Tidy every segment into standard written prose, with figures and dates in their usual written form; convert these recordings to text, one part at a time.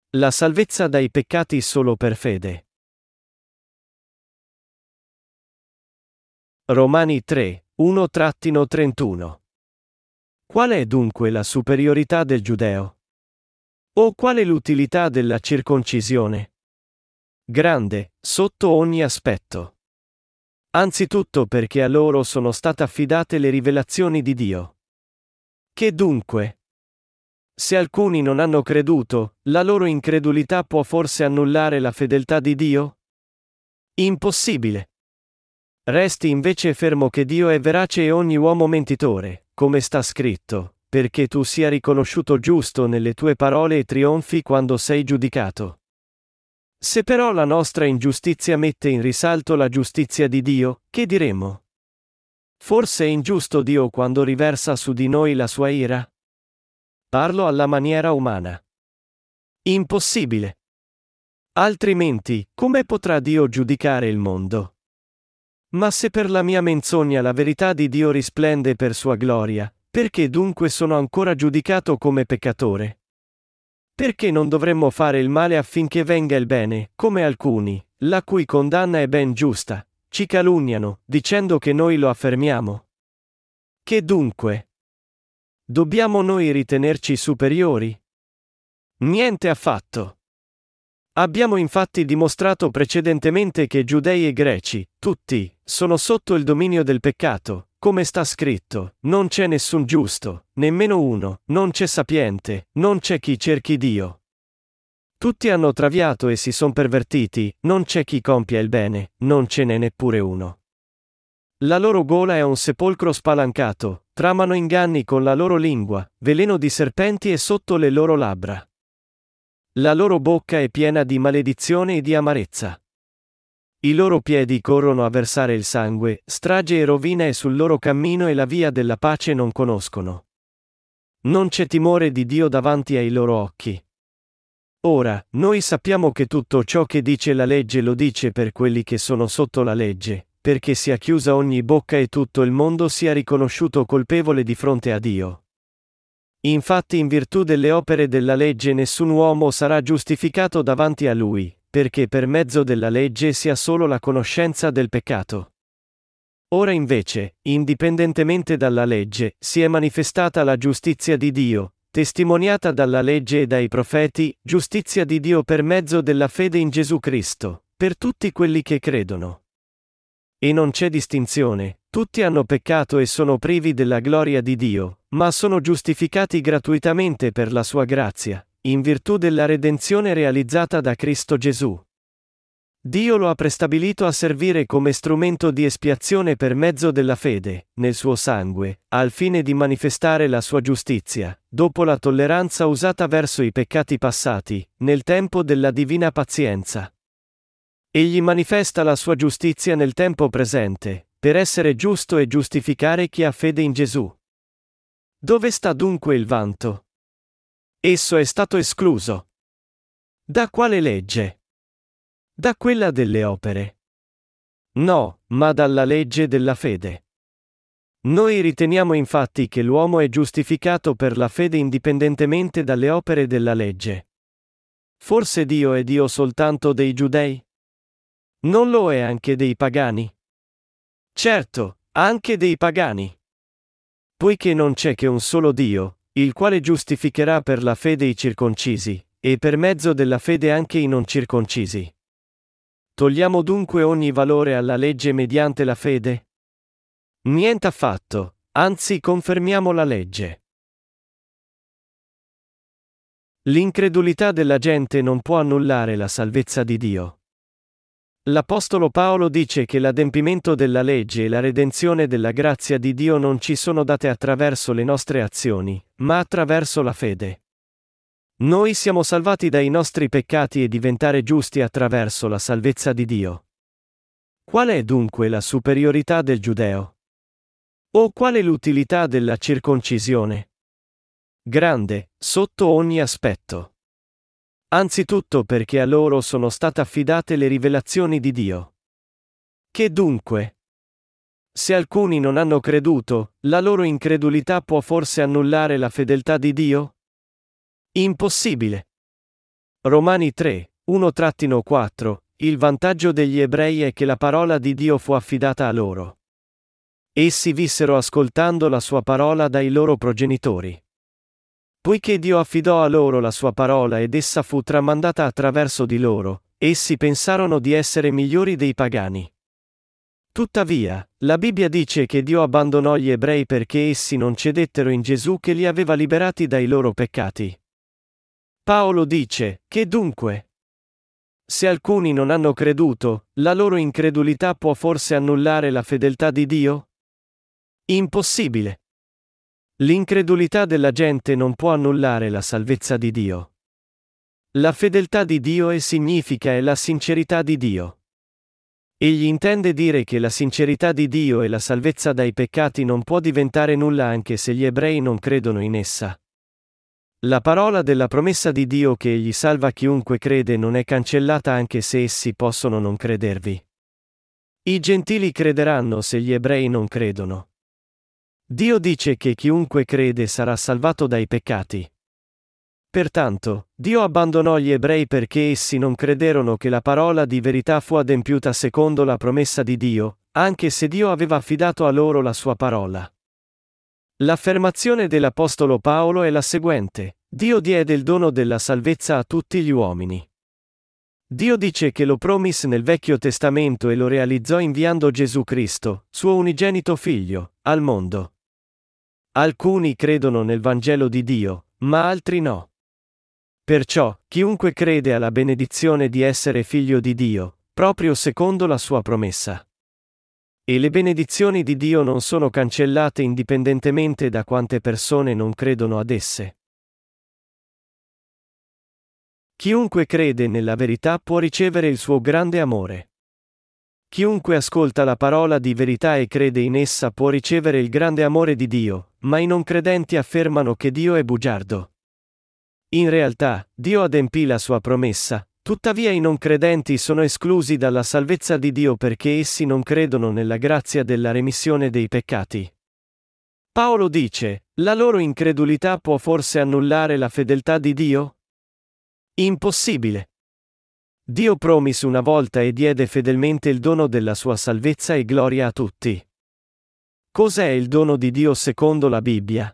La salvezza dai peccati solo per fede. Romani 3, 1-31. Qual è dunque la superiorità del giudeo? O qual è l'utilità della circoncisione? Grande, sotto ogni aspetto. Anzitutto perché a loro sono state affidate le rivelazioni di Dio. Che dunque? Se alcuni non hanno creduto, la loro incredulità può forse annullare la fedeltà di Dio? Impossibile. Resti invece fermo che Dio è verace e ogni uomo mentitore, come sta scritto, perché tu sia riconosciuto giusto nelle tue parole e trionfi quando sei giudicato. Se però la nostra ingiustizia mette in risalto la giustizia di Dio, che diremo? Forse è ingiusto Dio quando riversa su di noi la sua ira? Parlo alla maniera umana. Impossibile. Altrimenti, come potrà Dio giudicare il mondo? Ma se per la mia menzogna la verità di Dio risplende per sua gloria, perché dunque sono ancora giudicato come peccatore? Perché non dovremmo fare il male affinché venga il bene, come alcuni, la cui condanna è ben giusta, ci calunniano, dicendo che noi lo affermiamo? Che dunque? Dobbiamo noi ritenerci superiori? Niente affatto. Abbiamo infatti dimostrato precedentemente che giudei e greci, tutti, sono sotto il dominio del peccato, come sta scritto, non c'è nessun giusto, nemmeno uno, non c'è sapiente, non c'è chi cerchi Dio. Tutti hanno traviato e si son pervertiti, non c'è chi compia il bene, non ce n'è neppure uno. La loro gola è un sepolcro spalancato, tramano inganni con la loro lingua, veleno di serpenti è sotto le loro labbra. La loro bocca è piena di maledizione e di amarezza. I loro piedi corrono a versare il sangue, strage e rovina è sul loro cammino e la via della pace non conoscono. Non c'è timore di Dio davanti ai loro occhi. Ora, noi sappiamo che tutto ciò che dice la legge lo dice per quelli che sono sotto la legge, perché sia chiusa ogni bocca e tutto il mondo sia riconosciuto colpevole di fronte a Dio. Infatti in virtù delle opere della legge nessun uomo sarà giustificato davanti a lui, perché per mezzo della legge sia solo la conoscenza del peccato. Ora invece, indipendentemente dalla legge, si è manifestata la giustizia di Dio, testimoniata dalla legge e dai profeti, giustizia di Dio per mezzo della fede in Gesù Cristo, per tutti quelli che credono. E non c'è distinzione, tutti hanno peccato e sono privi della gloria di Dio, ma sono giustificati gratuitamente per la sua grazia, in virtù della redenzione realizzata da Cristo Gesù. Dio lo ha prestabilito a servire come strumento di espiazione per mezzo della fede, nel suo sangue, al fine di manifestare la sua giustizia, dopo la tolleranza usata verso i peccati passati, nel tempo della divina pazienza. Egli manifesta la sua giustizia nel tempo presente, per essere giusto e giustificare chi ha fede in Gesù. Dove sta dunque il vanto? Esso è stato escluso. Da quale legge? Da quella delle opere? No, ma dalla legge della fede. Noi riteniamo infatti che l'uomo è giustificato per la fede indipendentemente dalle opere della legge. Forse Dio è Dio soltanto dei giudei? Non lo è anche dei pagani? Certo, anche dei pagani. Poiché non c'è che un solo Dio, il quale giustificherà per la fede i circoncisi, e per mezzo della fede anche i non circoncisi. Togliamo dunque ogni valore alla legge mediante la fede? Niente affatto, anzi confermiamo la legge. L'incredulità della gente non può annullare la salvezza di Dio. L'Apostolo Paolo dice che l'adempimento della legge e la redenzione della grazia di Dio non ci sono date attraverso le nostre azioni, ma attraverso la fede. Noi siamo salvati dai nostri peccati e diventare giusti attraverso la salvezza di Dio. Qual è dunque la superiorità del giudeo? O qual è l'utilità della circoncisione? Grande, sotto ogni aspetto. Anzitutto perché a loro sono state affidate le rivelazioni di Dio. Che dunque? Se alcuni non hanno creduto, la loro incredulità può forse annullare la fedeltà di Dio? Impossibile. Romani 3, 1-4, il vantaggio degli ebrei è che la parola di Dio fu affidata a loro. Essi vissero ascoltando la sua parola dai loro progenitori. Poiché Dio affidò a loro la sua parola ed essa fu tramandata attraverso di loro, essi pensarono di essere migliori dei pagani. Tuttavia, la Bibbia dice che Dio abbandonò gli ebrei perché essi non cedettero in Gesù che li aveva liberati dai loro peccati. Paolo dice, che dunque? Se alcuni non hanno creduto, la loro incredulità può forse annullare la fedeltà di Dio? Impossibile. L'incredulità della gente non può annullare la salvezza di Dio. La fedeltà di Dio significa la sincerità di Dio. Egli intende dire che la sincerità di Dio e la salvezza dai peccati non può diventare nulla anche se gli ebrei non credono in essa. La parola della promessa di Dio che egli salva chiunque crede non è cancellata anche se essi possono non credervi. I gentili crederanno se gli ebrei non credono. Dio dice che chiunque crede sarà salvato dai peccati. Pertanto, Dio abbandonò gli ebrei perché essi non crederono che la parola di verità fu adempiuta secondo la promessa di Dio, anche se Dio aveva affidato a loro la sua parola. L'affermazione dell'Apostolo Paolo è la seguente: Dio diede il dono della salvezza a tutti gli uomini. Dio dice che lo promise nel Vecchio Testamento e lo realizzò inviando Gesù Cristo, suo unigenito Figlio, al mondo. Alcuni credono nel Vangelo di Dio, ma altri no. Perciò, chiunque crede ha la benedizione di essere figlio di Dio, proprio secondo la sua promessa. E le benedizioni di Dio non sono cancellate indipendentemente da quante persone non credono ad esse. Chiunque crede nella verità può ricevere il suo grande amore. Chiunque ascolta la parola di verità e crede in essa può ricevere il grande amore di Dio, ma i non credenti affermano che Dio è bugiardo. In realtà, Dio adempì la sua promessa, tuttavia i non credenti sono esclusi dalla salvezza di Dio perché essi non credono nella grazia della remissione dei peccati. Paolo dice, la loro incredulità può forse annullare la fedeltà di Dio? Impossibile. Dio promise una volta e diede fedelmente il dono della sua salvezza e gloria a tutti. Cos'è il dono di Dio secondo la Bibbia?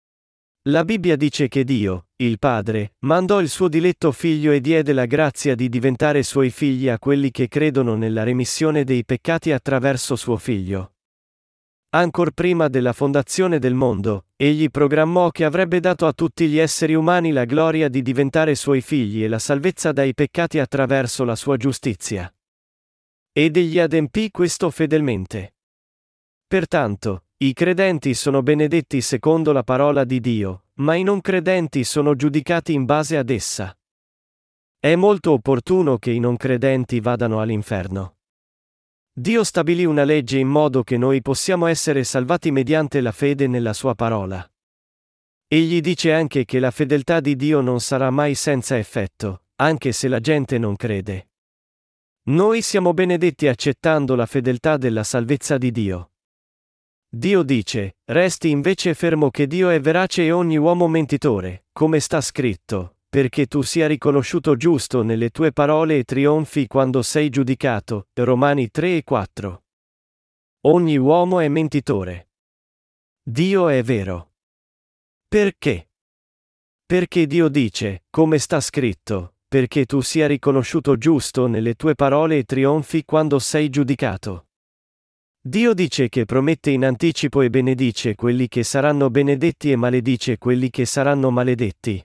La Bibbia dice che Dio, il Padre, mandò il suo diletto Figlio e diede la grazia di diventare suoi figli a quelli che credono nella remissione dei peccati attraverso suo Figlio. Ancor prima della fondazione del mondo, egli programmò che avrebbe dato a tutti gli esseri umani la gloria di diventare suoi figli e la salvezza dai peccati attraverso la sua giustizia. Ed egli adempì questo fedelmente. Pertanto, i credenti sono benedetti secondo la parola di Dio, ma i non credenti sono giudicati in base ad essa. È molto opportuno che i non credenti vadano all'inferno. Dio stabilì una legge in modo che noi possiamo essere salvati mediante la fede nella sua parola. Egli dice anche che la fedeltà di Dio non sarà mai senza effetto, anche se la gente non crede. Noi siamo benedetti accettando la fedeltà della salvezza di Dio. Dio dice, resti invece fermo che Dio è verace e ogni uomo mentitore, come sta scritto, perché tu sia riconosciuto giusto nelle tue parole e trionfi quando sei giudicato, Romani 3 e 4. Ogni uomo è mentitore. Dio è vero. Perché? Perché Dio dice, come sta scritto, perché tu sia riconosciuto giusto nelle tue parole e trionfi quando sei giudicato. Dio dice che promette in anticipo e benedice quelli che saranno benedetti e maledice quelli che saranno maledetti.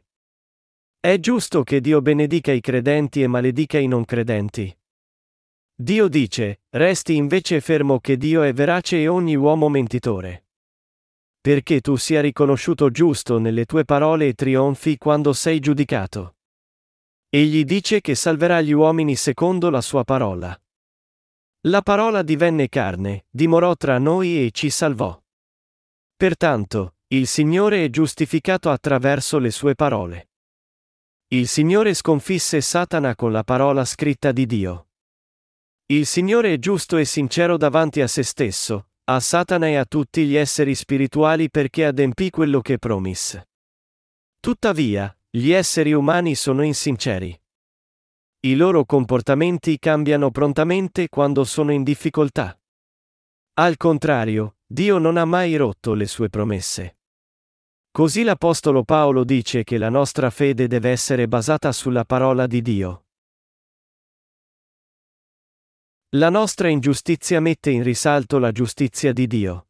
È giusto che Dio benedica i credenti e maledica i non credenti. Dio dice, resti invece fermo che Dio è verace e ogni uomo mentitore. Perché tu sia riconosciuto giusto nelle tue parole e trionfi quando sei giudicato. Egli dice che salverà gli uomini secondo la sua parola. La parola divenne carne, dimorò tra noi e ci salvò. Pertanto, il Signore è giustificato attraverso le sue parole. Il Signore sconfisse Satana con la parola scritta di Dio. Il Signore è giusto e sincero davanti a se stesso, a Satana e a tutti gli esseri spirituali perché adempì quello che promise. Tuttavia, gli esseri umani sono insinceri. I loro comportamenti cambiano prontamente quando sono in difficoltà. Al contrario, Dio non ha mai rotto le sue promesse. Così l'Apostolo Paolo dice che la nostra fede deve essere basata sulla parola di Dio. La nostra ingiustizia mette in risalto la giustizia di Dio.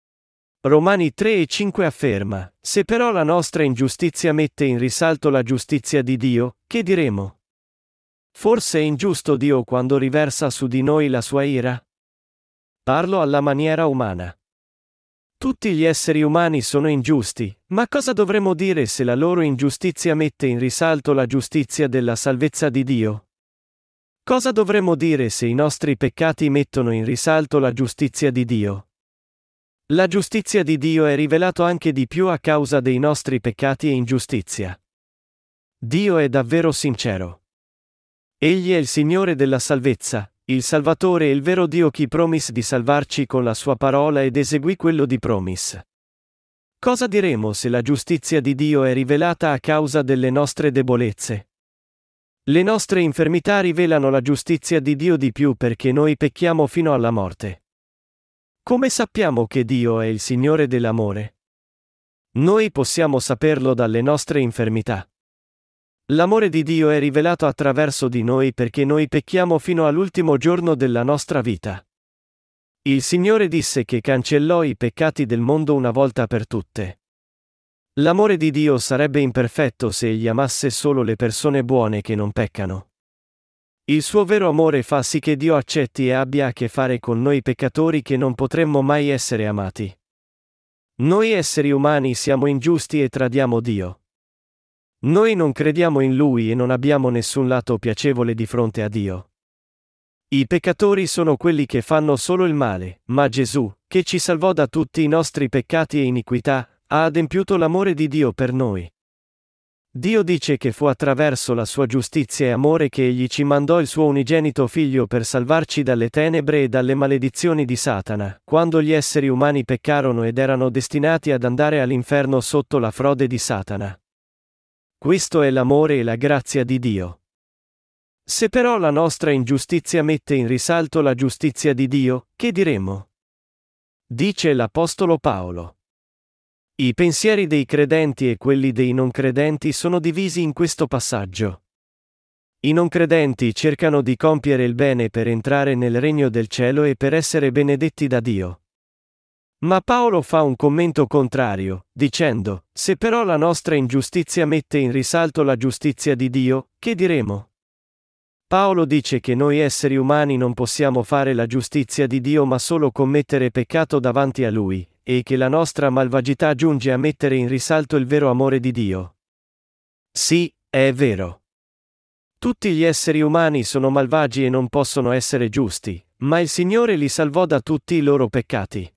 Romani 3:5 afferma: se però la nostra ingiustizia mette in risalto la giustizia di Dio, che diremo? Forse è ingiusto Dio quando riversa su di noi la sua ira? Parlo alla maniera umana. Tutti gli esseri umani sono ingiusti, ma cosa dovremmo dire se la loro ingiustizia mette in risalto la giustizia della salvezza di Dio? Cosa dovremmo dire se i nostri peccati mettono in risalto la giustizia di Dio? La giustizia di Dio è rivelato anche di più a causa dei nostri peccati e ingiustizia. Dio è davvero sincero. Egli è il Signore della salvezza, il Salvatore e il vero Dio chi promise di salvarci con la sua parola ed eseguì quello di promise. Cosa diremo se la giustizia di Dio è rivelata a causa delle nostre debolezze? Le nostre infermità rivelano la giustizia di Dio di più perché noi pecchiamo fino alla morte. Come sappiamo che Dio è il Signore dell'amore? Noi possiamo saperlo dalle nostre infermità. L'amore di Dio è rivelato attraverso di noi perché noi pecchiamo fino all'ultimo giorno della nostra vita. Il Signore disse che cancellò i peccati del mondo una volta per tutte. L'amore di Dio sarebbe imperfetto se Egli amasse solo le persone buone che non peccano. Il suo vero amore fa sì che Dio accetti e abbia a che fare con noi peccatori che non potremmo mai essere amati. Noi esseri umani siamo ingiusti e tradiamo Dio. Noi non crediamo in Lui e non abbiamo nessun lato piacevole di fronte a Dio. I peccatori sono quelli che fanno solo il male, ma Gesù, che ci salvò da tutti i nostri peccati e iniquità, ha adempiuto l'amore di Dio per noi. Dio dice che fu attraverso la sua giustizia e amore che Egli ci mandò il suo unigenito Figlio per salvarci dalle tenebre e dalle maledizioni di Satana, quando gli esseri umani peccarono ed erano destinati ad andare all'inferno sotto la frode di Satana. Questo è l'amore e la grazia di Dio. Se però la nostra ingiustizia mette in risalto la giustizia di Dio, che diremo? Dice l'Apostolo Paolo. I pensieri dei credenti e quelli dei non credenti sono divisi in questo passaggio. I non credenti cercano di compiere il bene per entrare nel regno del cielo e per essere benedetti da Dio. Ma Paolo fa un commento contrario, dicendo: se però la nostra ingiustizia mette in risalto la giustizia di Dio, che diremo? Paolo dice che noi esseri umani non possiamo fare la giustizia di Dio ma solo commettere peccato davanti a Lui, e che la nostra malvagità giunge a mettere in risalto il vero amore di Dio. Sì, è vero. Tutti gli esseri umani sono malvagi e non possono essere giusti, ma il Signore li salvò da tutti i loro peccati.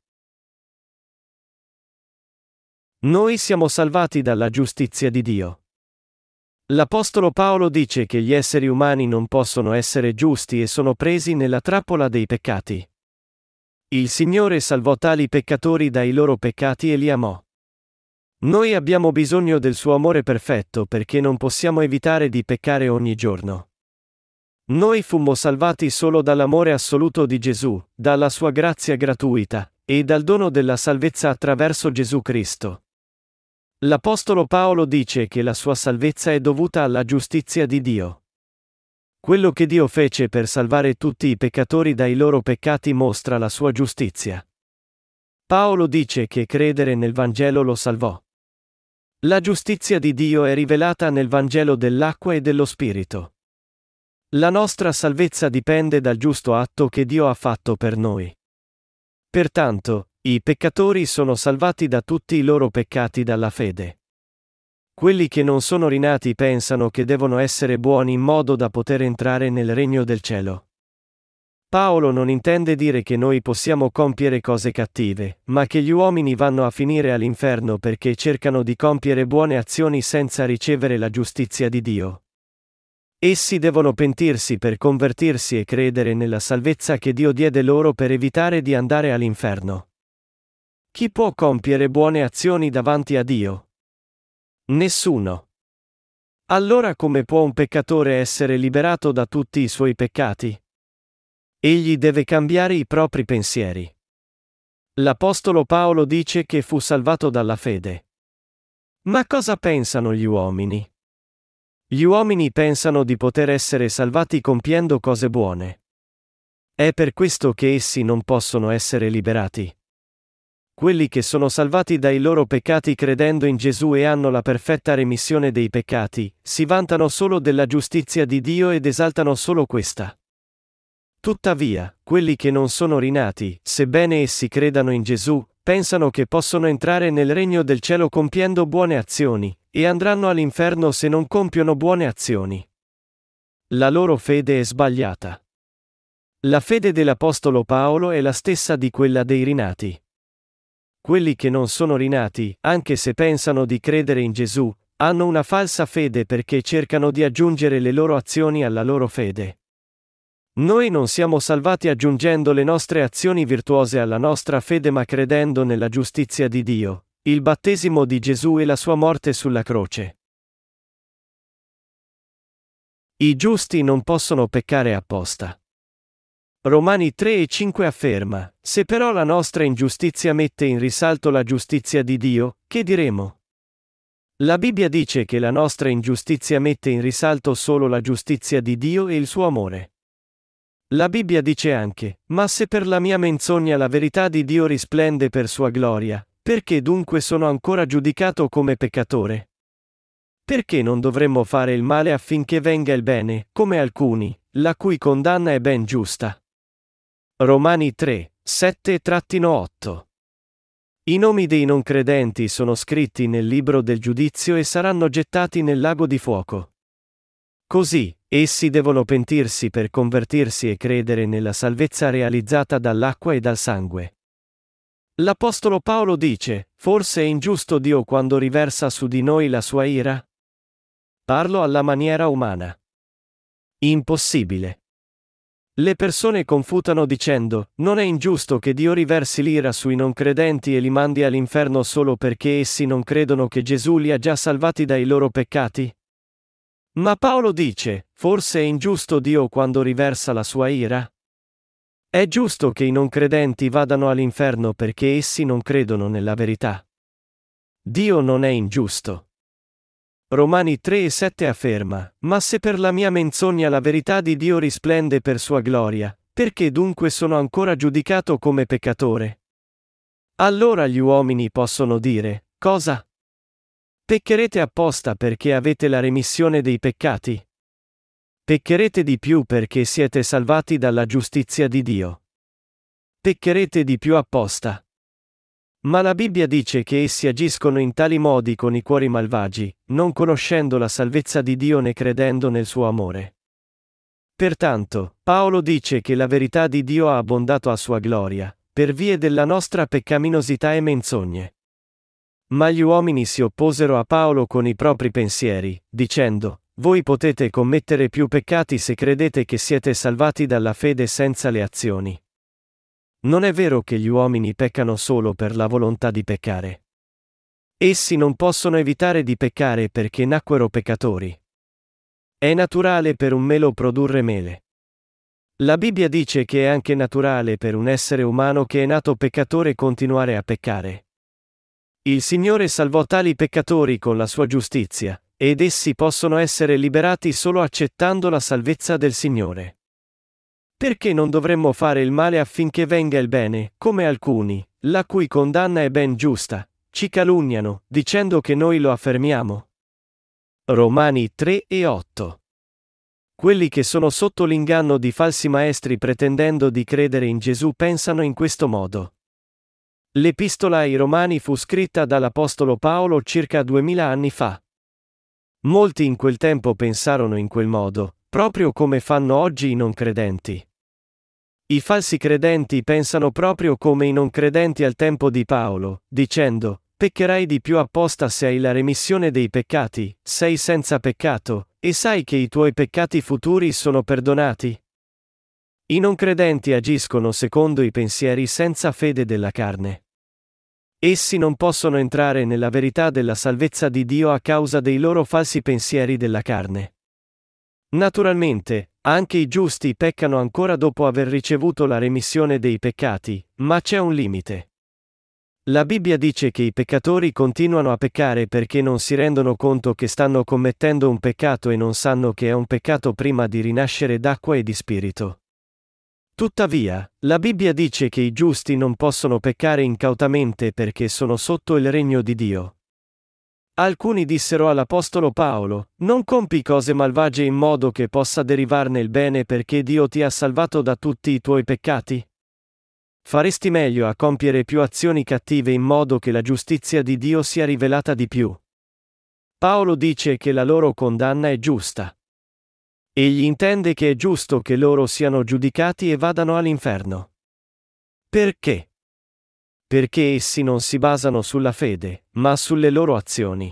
Noi siamo salvati dalla giustizia di Dio. L'Apostolo Paolo dice che gli esseri umani non possono essere giusti e sono presi nella trappola dei peccati. Il Signore salvò tali peccatori dai loro peccati e li amò. Noi abbiamo bisogno del suo amore perfetto perché non possiamo evitare di peccare ogni giorno. Noi fummo salvati solo dall'amore assoluto di Gesù, dalla sua grazia gratuita, e dal dono della salvezza attraverso Gesù Cristo. L'Apostolo Paolo dice che la sua salvezza è dovuta alla giustizia di Dio. Quello che Dio fece per salvare tutti i peccatori dai loro peccati mostra la sua giustizia. Paolo dice che credere nel Vangelo lo salvò. La giustizia di Dio è rivelata nel Vangelo dell'acqua e dello Spirito. La nostra salvezza dipende dal giusto atto che Dio ha fatto per noi. Pertanto, i peccatori sono salvati da tutti i loro peccati dalla fede. Quelli che non sono rinati pensano che devono essere buoni in modo da poter entrare nel regno del cielo. Paolo non intende dire che noi possiamo compiere cose cattive, ma che gli uomini vanno a finire all'inferno perché cercano di compiere buone azioni senza ricevere la giustizia di Dio. Essi devono pentirsi per convertirsi e credere nella salvezza che Dio diede loro per evitare di andare all'inferno. Chi può compiere buone azioni davanti a Dio? Nessuno. Allora come può un peccatore essere liberato da tutti i suoi peccati? Egli deve cambiare i propri pensieri. L'Apostolo Paolo dice che fu salvato dalla fede. Ma cosa pensano gli uomini? Gli uomini pensano di poter essere salvati compiendo cose buone. È per questo che essi non possono essere liberati. Quelli che sono salvati dai loro peccati credendo in Gesù e hanno la perfetta remissione dei peccati, si vantano solo della giustizia di Dio ed esaltano solo questa. Tuttavia, quelli che non sono rinati, sebbene essi credano in Gesù, pensano che possono entrare nel regno del cielo compiendo buone azioni, e andranno all'inferno se non compiono buone azioni. La loro fede è sbagliata. La fede dell'Apostolo Paolo è la stessa di quella dei rinati. Quelli che non sono rinati, anche se pensano di credere in Gesù, hanno una falsa fede perché cercano di aggiungere le loro azioni alla loro fede. Noi non siamo salvati aggiungendo le nostre azioni virtuose alla nostra fede ma credendo nella giustizia di Dio, il battesimo di Gesù e la sua morte sulla croce. I giusti non possono peccare apposta. Romani 3:5 afferma: se però la nostra ingiustizia mette in risalto la giustizia di Dio, che diremo? La Bibbia dice che la nostra ingiustizia mette in risalto solo la giustizia di Dio e il suo amore. La Bibbia dice anche: ma se per la mia menzogna la verità di Dio risplende per sua gloria, perché dunque sono ancora giudicato come peccatore? Perché non dovremmo fare il male affinché venga il bene, come alcuni, la cui condanna è ben giusta? Romani 3, 7-8. I nomi dei non credenti sono scritti nel libro del giudizio e saranno gettati nel lago di fuoco. Così, essi devono pentirsi per convertirsi e credere nella salvezza realizzata dall'acqua e dal sangue. L'Apostolo Paolo dice: forse è ingiusto Dio quando riversa su di noi la sua ira? Parlo alla maniera umana. Impossibile. Le persone confutano dicendo: non è ingiusto che Dio riversi l'ira sui non credenti e li mandi all'inferno solo perché essi non credono che Gesù li ha già salvati dai loro peccati? Ma Paolo dice: forse è ingiusto Dio quando riversa la sua ira? È giusto che i non credenti vadano all'inferno perché essi non credono nella verità. Dio non è ingiusto. Romani 3:7 afferma: ma se per la mia menzogna la verità di Dio risplende per sua gloria, perché dunque sono ancora giudicato come peccatore? Allora gli uomini possono dire: cosa? Peccherete apposta perché avete la remissione dei peccati? Peccherete di più perché siete salvati dalla giustizia di Dio. Peccherete di più apposta. Ma la Bibbia dice che essi agiscono in tali modi con i cuori malvagi, non conoscendo la salvezza di Dio né credendo nel suo amore. Pertanto, Paolo dice che la verità di Dio ha abbondato a sua gloria, per vie della nostra peccaminosità e menzogne. Ma gli uomini si opposero a Paolo con i propri pensieri, dicendo: voi potete commettere più peccati se credete che siete salvati dalla fede senza le azioni. Non è vero che gli uomini peccano solo per la volontà di peccare. Essi non possono evitare di peccare perché nacquero peccatori. È naturale per un melo produrre mele. La Bibbia dice che è anche naturale per un essere umano che è nato peccatore continuare a peccare. Il Signore salvò tali peccatori con la sua giustizia, ed essi possono essere liberati solo accettando la salvezza del Signore. Perché non dovremmo fare il male affinché venga il bene, come alcuni, la cui condanna è ben giusta, ci calunniano, dicendo che noi lo affermiamo? Romani 3:8. Quelli che sono sotto l'inganno di falsi maestri pretendendo di credere in Gesù pensano in questo modo. L'Epistola ai Romani fu scritta dall'Apostolo Paolo circa 2000 anni fa. Molti in quel tempo pensarono in quel modo, proprio come fanno oggi i non credenti. I falsi credenti pensano proprio come i non credenti al tempo di Paolo, dicendo: peccherai di più apposta se hai la remissione dei peccati, sei senza peccato, e sai che i tuoi peccati futuri sono perdonati? I non credenti agiscono secondo i pensieri senza fede della carne. Essi non possono entrare nella verità della salvezza di Dio a causa dei loro falsi pensieri della carne. Naturalmente, anche i giusti peccano ancora dopo aver ricevuto la remissione dei peccati, ma c'è un limite. La Bibbia dice che i peccatori continuano a peccare perché non si rendono conto che stanno commettendo un peccato e non sanno che è un peccato prima di rinascere d'acqua e di spirito. Tuttavia, la Bibbia dice che i giusti non possono peccare incautamente perché sono sotto il regno di Dio. Alcuni dissero all'Apostolo Paolo: non compi cose malvagie in modo che possa derivarne il bene perché Dio ti ha salvato da tutti i tuoi peccati? Faresti meglio a compiere più azioni cattive in modo che la giustizia di Dio sia rivelata di più. Paolo dice che la loro condanna è giusta. Egli intende che è giusto che loro siano giudicati e vadano all'inferno. Perché? Perché essi non si basano sulla fede, ma sulle loro azioni.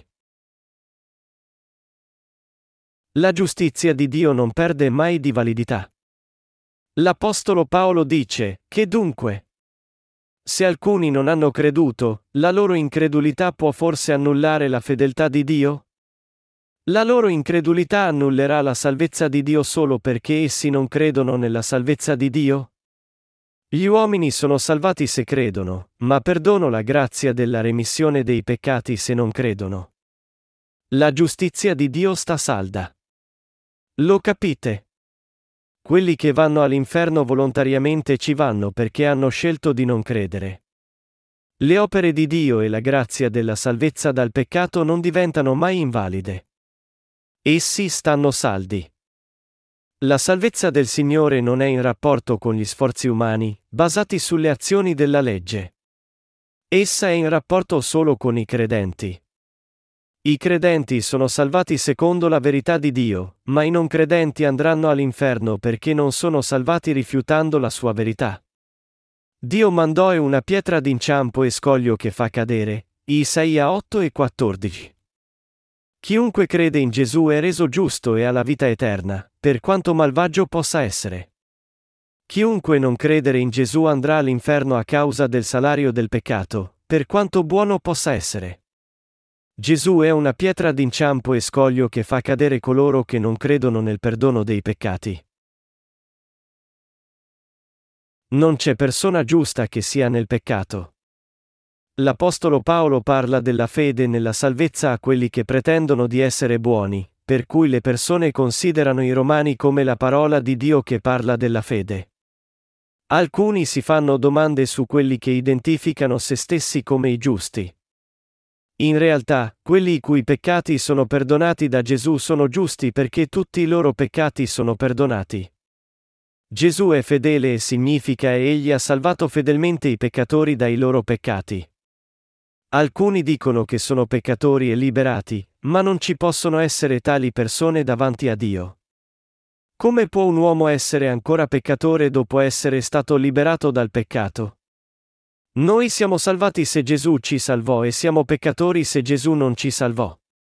La giustizia di Dio non perde mai di validità. L'Apostolo Paolo dice: che dunque? Se alcuni non hanno creduto, la loro incredulità può forse annullare la fedeltà di Dio? La loro incredulità annullerà la salvezza di Dio solo perché essi non credono nella salvezza di Dio? Gli uomini sono salvati se credono, ma perdono la grazia della remissione dei peccati se non credono. La giustizia di Dio sta salda. Lo capite? Quelli che vanno all'inferno volontariamente ci vanno perché hanno scelto di non credere. Le opere di Dio e la grazia della salvezza dal peccato non diventano mai invalide. Essi stanno saldi. La salvezza del Signore non è in rapporto con gli sforzi umani, basati sulle azioni della legge. Essa è in rapporto solo con i credenti. I credenti sono salvati secondo la verità di Dio, ma i non credenti andranno all'inferno perché non sono salvati rifiutando la sua verità. Dio mandò una pietra d'inciampo e scoglio che fa cadere, Isaia 8:14. Chiunque crede in Gesù è reso giusto e ha la vita eterna, per quanto malvagio possa essere. Chiunque non credere in Gesù andrà all'inferno a causa del salario del peccato, per quanto buono possa essere. Gesù è una pietra d'inciampo e scoglio che fa cadere coloro che non credono nel perdono dei peccati. Non c'è persona giusta che sia nel peccato. L'Apostolo Paolo parla della fede nella salvezza a quelli che pretendono di essere buoni, per cui le persone considerano i Romani come la parola di Dio che parla della fede. Alcuni si fanno domande su quelli che identificano se stessi come i giusti. In realtà, quelli i cui peccati sono perdonati da Gesù sono giusti perché tutti i loro peccati sono perdonati. Gesù è fedele e significa egli ha salvato fedelmente i peccatori dai loro peccati. Alcuni dicono che sono peccatori e liberati, ma non ci possono essere tali persone davanti a Dio. Come può un uomo essere ancora peccatore dopo essere stato liberato dal peccato? Noi siamo salvati se Gesù ci salvò e siamo peccatori se Gesù non ci salvò.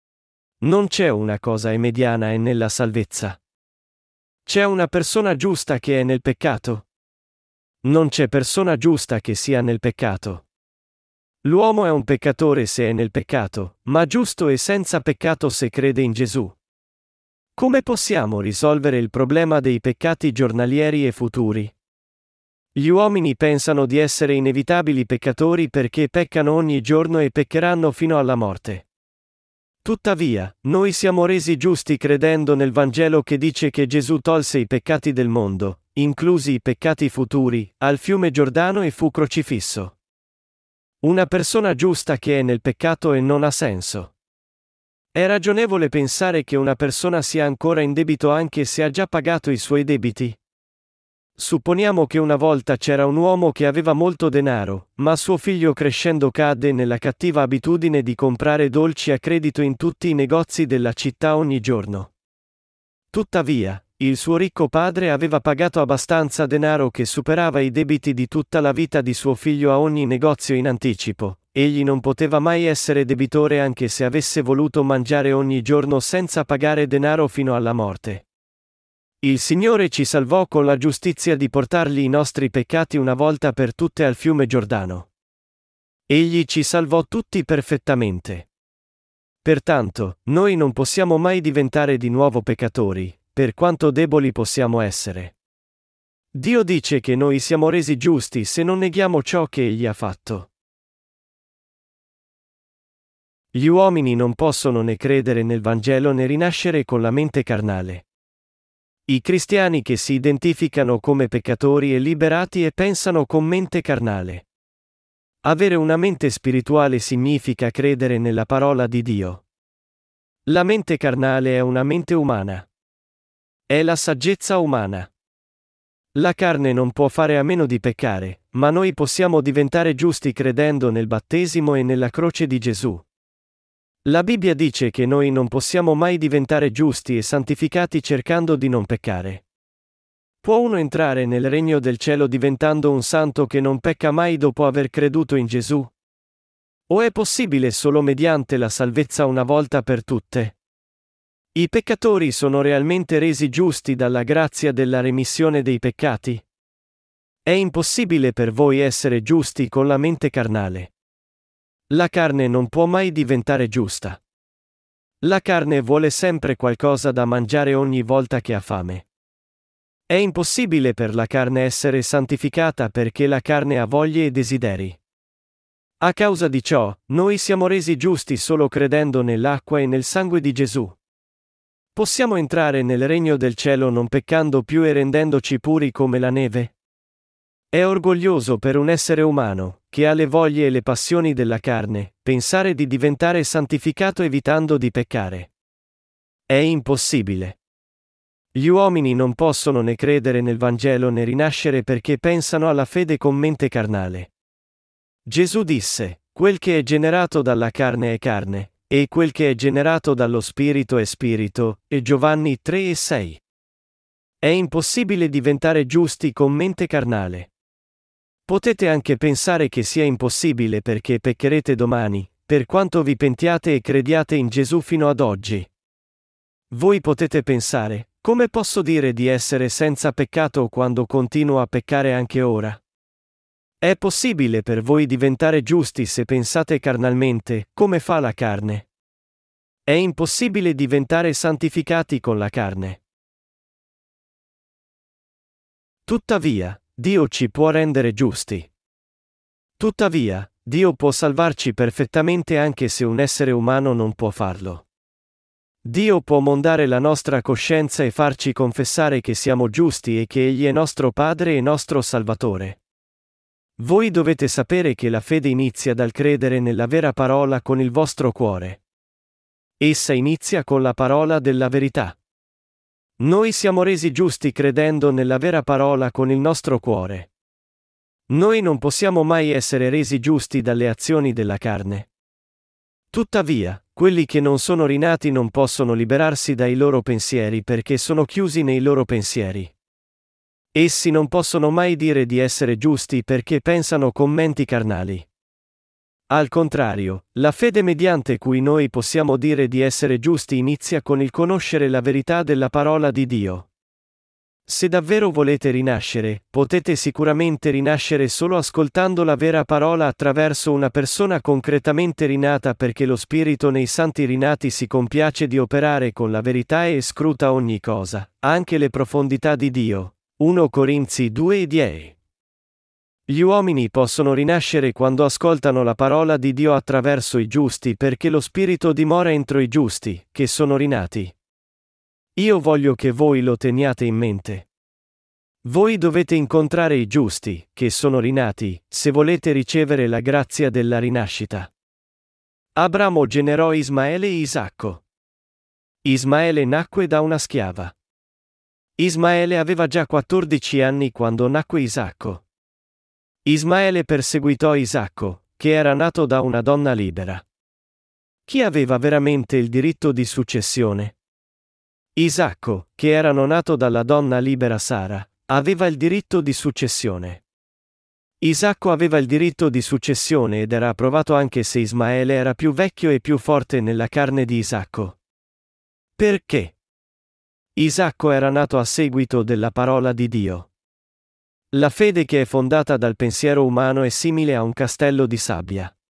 Non c'è una cosa mediana e nella salvezza. C'è una persona giusta che è nel peccato? Non c'è persona giusta che sia nel peccato. L'uomo è un peccatore se è nel peccato, ma giusto e senza peccato se crede in Gesù. Come possiamo risolvere il problema dei peccati giornalieri e futuri? Gli uomini pensano di essere inevitabili peccatori perché peccano ogni giorno e peccheranno fino alla morte. Tuttavia, noi siamo resi giusti credendo nel Vangelo che dice che Gesù tolse i peccati del mondo, inclusi i peccati futuri, al fiume Giordano e fu crocifisso. Una persona giusta che è nel peccato e non ha senso. È ragionevole pensare che una persona sia ancora in debito anche se ha già pagato i suoi debiti? Supponiamo che una volta c'era un uomo che aveva molto denaro, ma suo figlio crescendo cadde nella cattiva abitudine di comprare dolci a credito in tutti i negozi della città ogni giorno. Tuttavia, il suo ricco padre aveva pagato abbastanza denaro che superava i debiti di tutta la vita di suo figlio a ogni negozio in anticipo. Egli non poteva mai essere debitore anche se avesse voluto mangiare ogni giorno senza pagare denaro fino alla morte. Il Signore ci salvò con la giustizia di portargli i nostri peccati una volta per tutte al fiume Giordano. Egli ci salvò tutti perfettamente. Pertanto, noi non possiamo mai diventare di nuovo peccatori, per quanto deboli possiamo essere. Dio dice che noi siamo resi giusti se non neghiamo ciò che Egli ha fatto. Gli uomini non possono né credere nel Vangelo né rinascere con la mente carnale. I cristiani che si identificano come peccatori e liberati e pensano con mente carnale. Avere una mente spirituale significa credere nella parola di Dio. La mente carnale è una mente umana. È la saggezza umana. La carne non può fare a meno di peccare, ma noi possiamo diventare giusti credendo nel battesimo e nella croce di Gesù. La Bibbia dice che noi non possiamo mai diventare giusti e santificati cercando di non peccare. Può uno entrare nel regno del cielo diventando un santo che non pecca mai dopo aver creduto in Gesù? O è possibile solo mediante la salvezza una volta per tutte? I peccatori sono realmente resi giusti dalla grazia della remissione dei peccati? È impossibile per voi essere giusti con la mente carnale. La carne non può mai diventare giusta. La carne vuole sempre qualcosa da mangiare ogni volta che ha fame. È impossibile per la carne essere santificata perché la carne ha voglie e desideri. A causa di ciò, noi siamo resi giusti solo credendo nell'acqua e nel sangue di Gesù. Possiamo entrare nel regno del cielo non peccando più e rendendoci puri come la neve? È orgoglioso per un essere umano, che ha le voglie e le passioni della carne, pensare di diventare santificato evitando di peccare. È impossibile. Gli uomini non possono né credere nel Vangelo né rinascere perché pensano alla fede con mente carnale. Gesù disse: quel che è generato dalla carne è carne, e quel che è generato dallo Spirito è spirito, e Giovanni 3,6. È impossibile diventare giusti con mente carnale. Potete anche pensare che sia impossibile perché peccherete domani, per quanto vi pentiate e crediate in Gesù fino ad oggi. Voi potete pensare: come posso dire di essere senza peccato quando continuo a peccare anche ora? È possibile per voi diventare giusti se pensate carnalmente, come fa la carne? È impossibile diventare santificati con la carne. Tuttavia, Dio ci può rendere giusti. Tuttavia, Dio può salvarci perfettamente anche se un essere umano non può farlo. Dio può mondare la nostra coscienza e farci confessare che siamo giusti e che Egli è nostro Padre e nostro Salvatore. Voi dovete sapere che la fede inizia dal credere nella vera parola con il vostro cuore. Essa inizia con la parola della verità. Noi siamo resi giusti credendo nella vera parola con il nostro cuore. Noi non possiamo mai essere resi giusti dalle azioni della carne. Tuttavia, quelli che non sono rinati non possono liberarsi dai loro pensieri perché sono chiusi nei loro pensieri. Essi non possono mai dire di essere giusti perché pensano con menti carnali. Al contrario, la fede mediante cui noi possiamo dire di essere giusti inizia con il conoscere la verità della parola di Dio. Se davvero volete rinascere, potete sicuramente rinascere solo ascoltando la vera parola attraverso una persona concretamente rinata perché lo Spirito nei santi rinati si compiace di operare con la verità e scruta ogni cosa, anche le profondità di Dio. 1 Corinzi 2:10. Gli uomini possono rinascere quando ascoltano la parola di Dio attraverso i giusti perché lo Spirito dimora entro i giusti, che sono rinati. Io voglio che voi lo teniate in mente. Voi dovete incontrare i giusti, che sono rinati, se volete ricevere la grazia della rinascita. Abramo generò Ismaele e Isacco. Ismaele nacque da una schiava. Ismaele aveva già 14 anni quando nacque Isacco. Ismaele perseguitò Isacco, che era nato da una donna libera. Chi aveva veramente il diritto di successione? Isacco, che era nato dalla donna libera Sara, aveva il diritto di successione. Isacco aveva il diritto di successione ed era approvato anche se Ismaele era più vecchio e più forte nella carne di Isacco. Perché? Isacco era nato a seguito della parola di Dio. La fede che è fondata dal pensiero umano è simile a un castello di sabbia.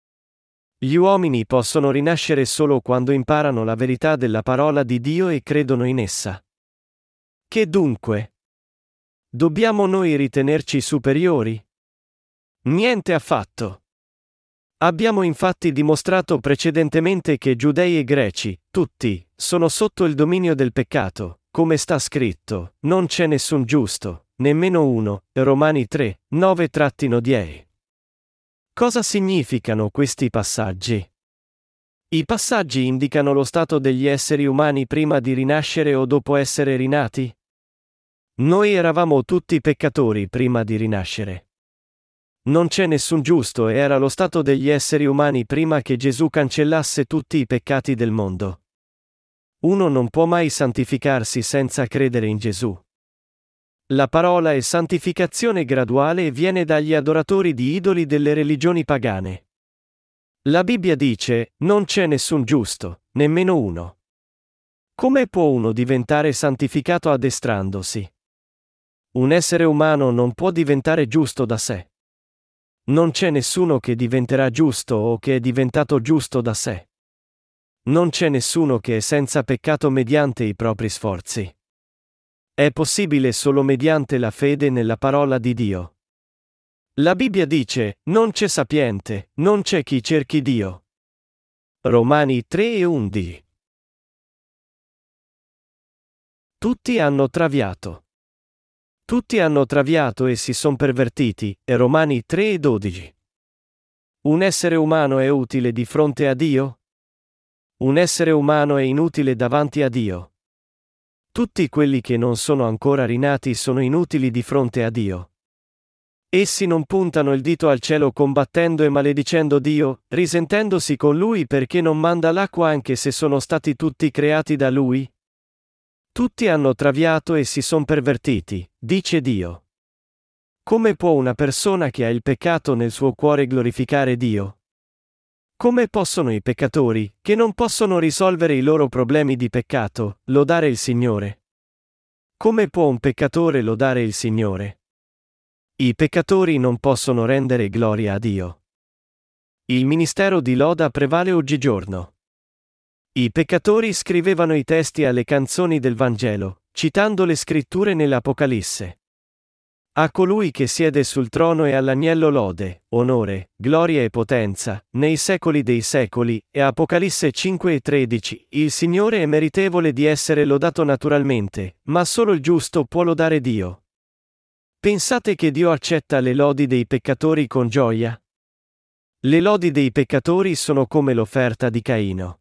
Gli uomini possono rinascere solo quando imparano la verità della parola di Dio e credono in essa. Che dunque? Dobbiamo noi ritenerci superiori? Niente affatto. Abbiamo infatti dimostrato precedentemente che Giudei e Greci, tutti, sono sotto il dominio del peccato, come sta scritto, non c'è nessun giusto, nemmeno uno, Romani 3, 9-10. Cosa significano questi passaggi? I passaggi indicano lo stato degli esseri umani prima di rinascere o dopo essere rinati? Noi eravamo tutti peccatori prima di rinascere. Non c'è nessun giusto e era lo stato degli esseri umani prima che Gesù cancellasse tutti i peccati del mondo. Uno non può mai santificarsi senza credere in Gesù. La parola è santificazione graduale e viene dagli adoratori di idoli delle religioni pagane. La Bibbia dice, non c'è nessun giusto, nemmeno uno. Come può uno diventare santificato addestrandosi? Un essere umano non può diventare giusto da sé. Non c'è nessuno che diventerà giusto o che è diventato giusto da sé. Non c'è nessuno che è senza peccato mediante i propri sforzi. È possibile solo mediante la fede nella parola di Dio. La Bibbia dice, non c'è sapiente, non c'è chi cerchi Dio. Romani 3:11. Tutti hanno traviato. Tutti hanno traviato e si son pervertiti, e Romani 3:12. Un essere umano è utile di fronte a Dio? Un essere umano è inutile davanti a Dio. Tutti quelli che non sono ancora rinati sono inutili di fronte a Dio. Essi non puntano il dito al cielo combattendo e maledicendo Dio, risentendosi con Lui perché non manda l'acqua anche se sono stati tutti creati da Lui? Tutti hanno traviato e si son pervertiti, dice Dio. Come può una persona che ha il peccato nel suo cuore glorificare Dio? Come possono i peccatori, che non possono risolvere i loro problemi di peccato, lodare il Signore? Come può un peccatore lodare il Signore? I peccatori non possono rendere gloria a Dio. Il ministero di loda prevale oggigiorno. I peccatori scrivevano i testi alle canzoni del Vangelo, citando le scritture nell'Apocalisse. A colui che siede sul trono e all'agnello lode, onore, gloria e potenza, nei secoli dei secoli, e Apocalisse 5:13, il Signore è meritevole di essere lodato naturalmente, ma solo il giusto può lodare Dio. Pensate che Dio accetta le lodi dei peccatori con gioia? Le lodi dei peccatori sono come l'offerta di Caino.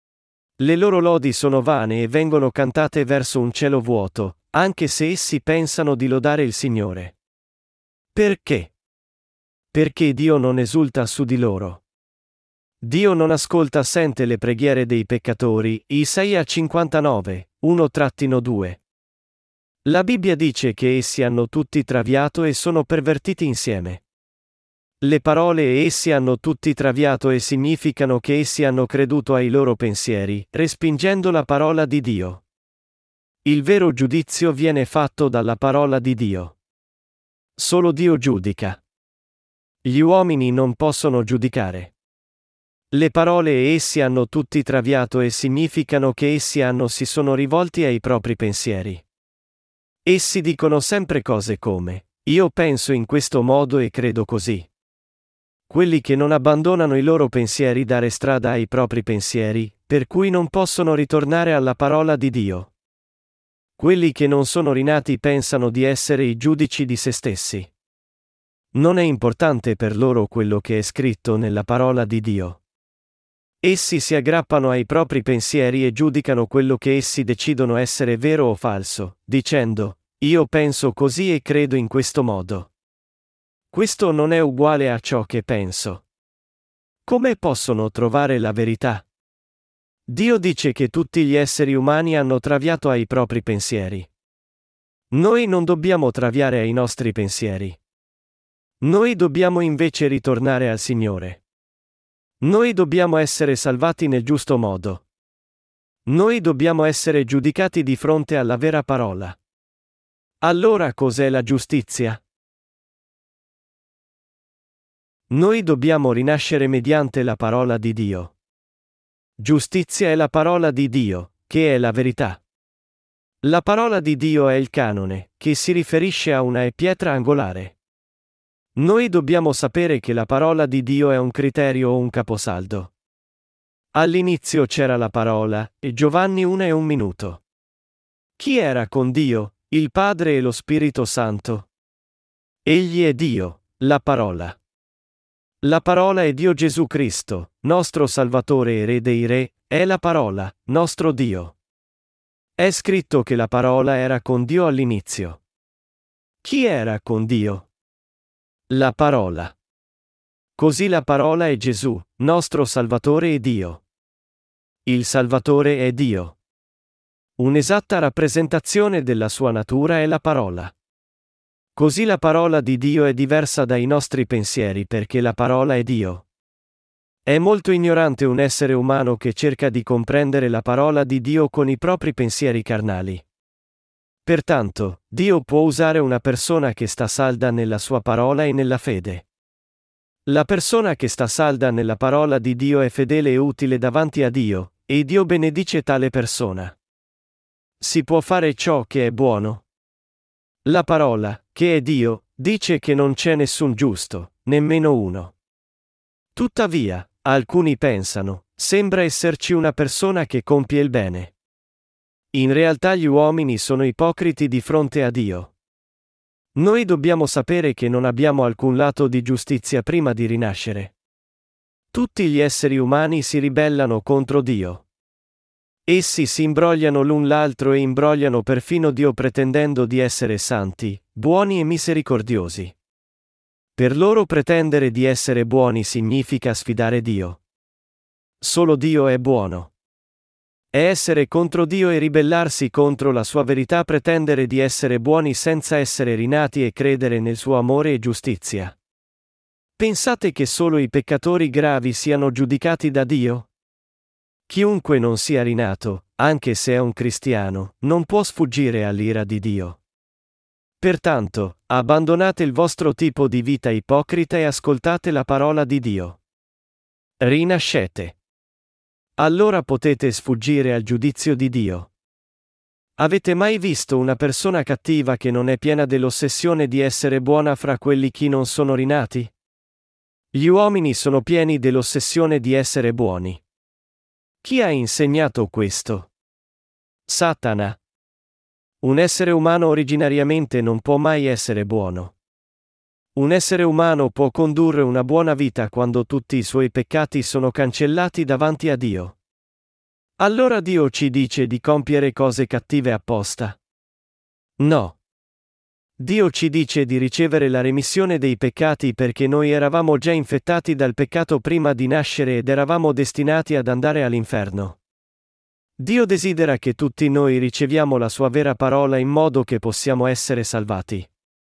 Le loro lodi sono vane e vengono cantate verso un cielo vuoto, anche se essi pensano di lodare il Signore. Perché? Perché Dio non esulta su di loro. Dio non ascolta sente le preghiere dei peccatori, Isaia 59, 1-2. La Bibbia dice che essi hanno tutti traviato e sono pervertiti insieme. Le parole essi hanno tutti traviato e significano che essi hanno creduto ai loro pensieri, respingendo la parola di Dio. Il vero giudizio viene fatto dalla parola di Dio. Solo Dio giudica. Gli uomini non possono giudicare. Le parole essi hanno tutti traviato e significano che essi si sono rivolti ai propri pensieri. Essi dicono sempre cose come, io penso in questo modo e credo così. Quelli che non abbandonano i loro pensieri dare strada ai propri pensieri, per cui non possono ritornare alla parola di Dio. Quelli che non sono rinati pensano di essere i giudici di se stessi. Non è importante per loro quello che è scritto nella parola di Dio. Essi si aggrappano ai propri pensieri e giudicano quello che essi decidono essere vero o falso, dicendo, io penso così e credo in questo modo. Questo non è uguale a ciò che penso. Come possono trovare la verità? Dio dice che tutti gli esseri umani hanno traviato ai propri pensieri. Noi non dobbiamo traviare ai nostri pensieri. Noi dobbiamo invece ritornare al Signore. Noi dobbiamo essere salvati nel giusto modo. Noi dobbiamo essere giudicati di fronte alla vera parola. Allora cos'è la giustizia? Noi dobbiamo rinascere mediante la parola di Dio. Giustizia è la parola di Dio, che è la verità. La parola di Dio è il canone, che si riferisce a una pietra angolare. Noi dobbiamo sapere che la parola di Dio è un criterio o un caposaldo. All'inizio c'era la parola, e Giovanni 1:1. Chi era con Dio, il Padre e lo Spirito Santo? Egli è Dio, la parola. La parola è Dio Gesù Cristo, nostro Salvatore e Re dei Re, è la parola, nostro Dio. È scritto che la parola era con Dio all'inizio. Chi era con Dio? La parola. Così la parola è Gesù, nostro Salvatore e Dio. Il Salvatore è Dio. Un'esatta rappresentazione della sua natura è la parola. Così la parola di Dio è diversa dai nostri pensieri perché la parola è Dio. È molto ignorante un essere umano che cerca di comprendere la parola di Dio con i propri pensieri carnali. Pertanto, Dio può usare una persona che sta salda nella sua parola e nella fede. La persona che sta salda nella parola di Dio è fedele e utile davanti a Dio, e Dio benedice tale persona. Si può fare ciò che è buono? La parola, che è Dio, dice che non c'è nessun giusto, nemmeno uno. Tuttavia, alcuni pensano, sembra esserci una persona che compie il bene. In realtà gli uomini sono ipocriti di fronte a Dio. Noi dobbiamo sapere che non abbiamo alcun lato di giustizia prima di rinascere. Tutti gli esseri umani si ribellano contro Dio. Essi si imbrogliano l'un l'altro e imbrogliano perfino Dio pretendendo di essere santi, buoni e misericordiosi. Per loro pretendere di essere buoni significa sfidare Dio. Solo Dio è buono. È essere contro Dio e ribellarsi contro la sua verità pretendere di essere buoni senza essere rinati e credere nel suo amore e giustizia. Pensate che solo i peccatori gravi siano giudicati da Dio? Chiunque non sia rinato, anche se è un cristiano, non può sfuggire all'ira di Dio. Pertanto, abbandonate il vostro tipo di vita ipocrita e ascoltate la parola di Dio. Rinascete. Allora potete sfuggire al giudizio di Dio. Avete mai visto una persona cattiva che non è piena dell'ossessione di essere buona fra quelli che non sono rinati? Gli uomini sono pieni dell'ossessione di essere buoni. Chi ha insegnato questo? Satana. Un essere umano originariamente non può mai essere buono. Un essere umano può condurre una buona vita quando tutti i suoi peccati sono cancellati davanti a Dio. Allora Dio ci dice di compiere cose cattive apposta? No. Dio ci dice di ricevere la remissione dei peccati perché noi eravamo già infettati dal peccato prima di nascere ed eravamo destinati ad andare all'inferno. Dio desidera che tutti noi riceviamo la sua vera parola in modo che possiamo essere salvati.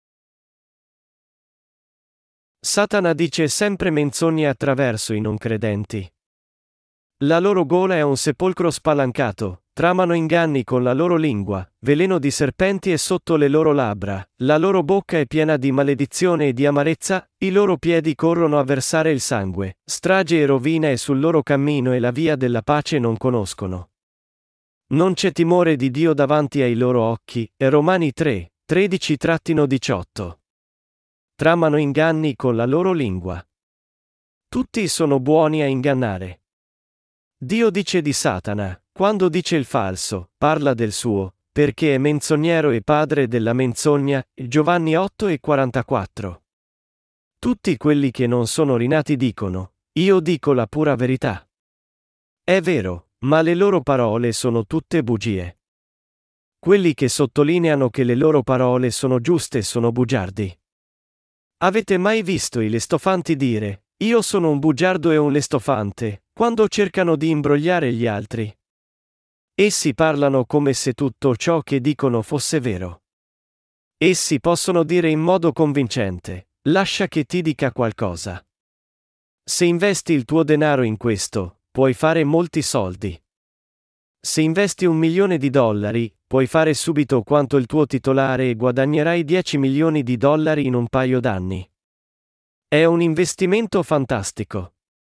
Satana dice sempre menzogne attraverso i non credenti. La loro gola è un sepolcro spalancato, tramano inganni con la loro lingua, veleno di serpenti è sotto le loro labbra, la loro bocca è piena di maledizione e di amarezza, i loro piedi corrono a versare il sangue, strage e rovina è sul loro cammino e la via della pace non conoscono. Non c'è timore di Dio davanti ai loro occhi, e Romani 3, 13-18. Tramano inganni con la loro lingua. Tutti sono buoni a ingannare. Dio dice di Satana, quando dice il falso, parla del suo, perché è menzognero e padre della menzogna, Giovanni 8:44. Tutti quelli che non sono rinati dicono, io dico la pura verità. È vero, ma le loro parole sono tutte bugie. Quelli che sottolineano che le loro parole sono giuste sono bugiardi. Avete mai visto i lestofanti dire, io sono un bugiardo e un lestofante, quando cercano di imbrogliare gli altri? Essi parlano come se tutto ciò che dicono fosse vero. Essi possono dire in modo convincente, lascia che ti dica qualcosa. Se investi il tuo denaro in questo, puoi fare molti soldi. Se investi $1 milione, puoi fare subito quanto il tuo titolare e guadagnerai $10 milioni in un paio d'anni. È un investimento fantastico.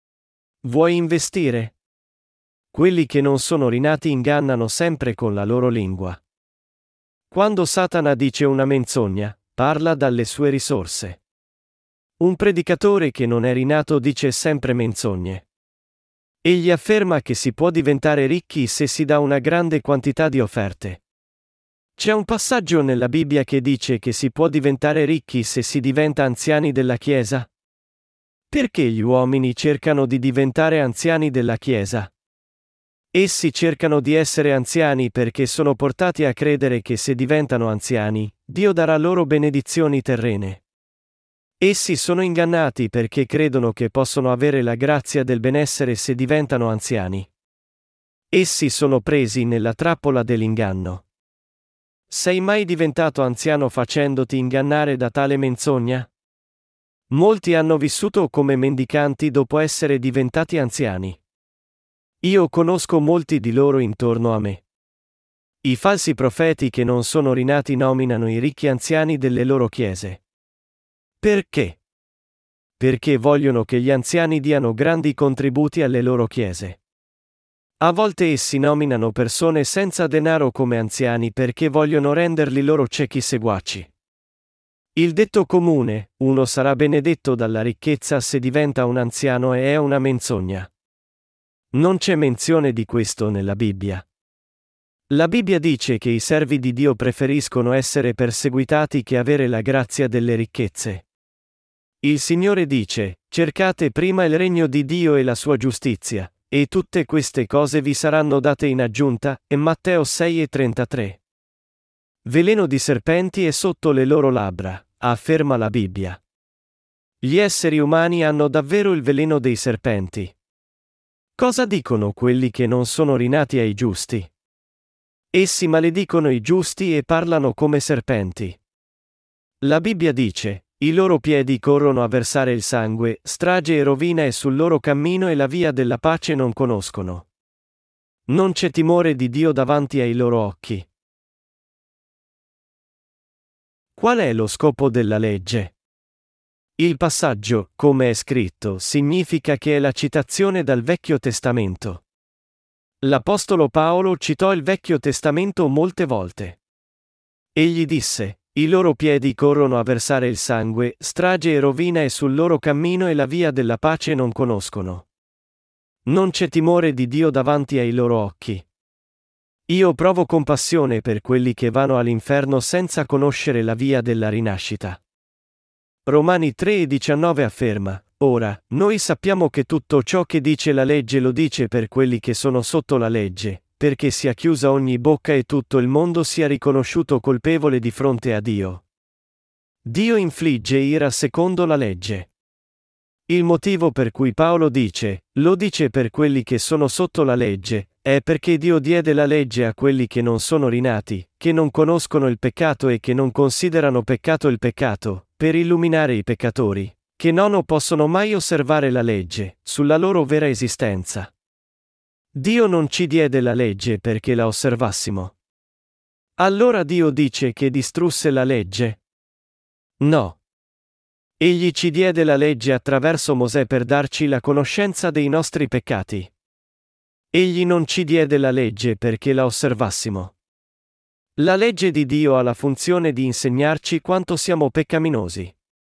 Vuoi investire? Quelli che non sono rinati ingannano sempre con la loro lingua. Quando Satana dice una menzogna, parla dalle sue risorse. Un predicatore che non è rinato dice sempre menzogne. Egli afferma che si può diventare ricchi se si dà una grande quantità di offerte. C'è un passaggio nella Bibbia che dice che si può diventare ricchi se si diventa anziani della Chiesa? Perché gli uomini cercano di diventare anziani della Chiesa? Essi cercano di essere anziani perché sono portati a credere che se diventano anziani, Dio darà loro benedizioni terrene. Essi sono ingannati perché credono che possono avere la grazia del benessere se diventano anziani. Essi sono presi nella trappola dell'inganno. Sei mai diventato anziano facendoti ingannare da tale menzogna? Molti hanno vissuto come mendicanti dopo essere diventati anziani. Io conosco molti di loro intorno a me. I falsi profeti che non sono rinati nominano i ricchi anziani delle loro chiese. Perché? Perché vogliono che gli anziani diano grandi contributi alle loro chiese. A volte essi nominano persone senza denaro come anziani perché vogliono renderli loro ciechi seguaci. Il detto comune, uno sarà benedetto dalla ricchezza se diventa un anziano, è una menzogna. Non c'è menzione di questo nella Bibbia. La Bibbia dice che i servi di Dio preferiscono essere perseguitati che avere la grazia delle ricchezze. Il Signore dice: cercate prima il regno di Dio e la sua giustizia, e tutte queste cose vi saranno date in aggiunta, e Matteo 6,33. Veleno di serpenti è sotto le loro labbra, afferma la Bibbia. Gli esseri umani hanno davvero il veleno dei serpenti. Cosa dicono quelli che non sono rinati ai giusti? Essi maledicono i giusti e parlano come serpenti. La Bibbia dice: i loro piedi corrono a versare il sangue, strage e rovina è sul loro cammino e la via della pace non conoscono. Non c'è timore di Dio davanti ai loro occhi. Qual è lo scopo della legge? Il passaggio, come è scritto, significa che è la citazione dal Vecchio Testamento. L'Apostolo Paolo citò il Vecchio Testamento molte volte. Egli disse: i loro piedi corrono a versare il sangue, strage e rovina è sul loro cammino e la via della pace non conoscono. Non c'è timore di Dio davanti ai loro occhi. Io provo compassione per quelli che vanno all'inferno senza conoscere la via della rinascita. Romani 3,19 afferma: ora, noi sappiamo che tutto ciò che dice la legge lo dice per quelli che sono sotto la legge, perché sia chiusa ogni bocca e tutto il mondo sia riconosciuto colpevole di fronte a Dio. Dio infligge ira secondo la legge. Il motivo per cui Paolo dice, lo dice per quelli che sono sotto la legge, è perché Dio diede la legge a quelli che non sono rinati, che non conoscono il peccato e che non considerano peccato il peccato, per illuminare i peccatori, che non possono mai osservare la legge, sulla loro vera esistenza. Dio non ci diede la legge perché la osservassimo. Allora Dio dice che distrusse la legge? No. Egli ci diede la legge attraverso Mosè per darci la conoscenza dei nostri peccati. Egli non ci diede la legge perché la osservassimo. La legge di Dio ha la funzione di insegnarci quanto siamo peccaminosi.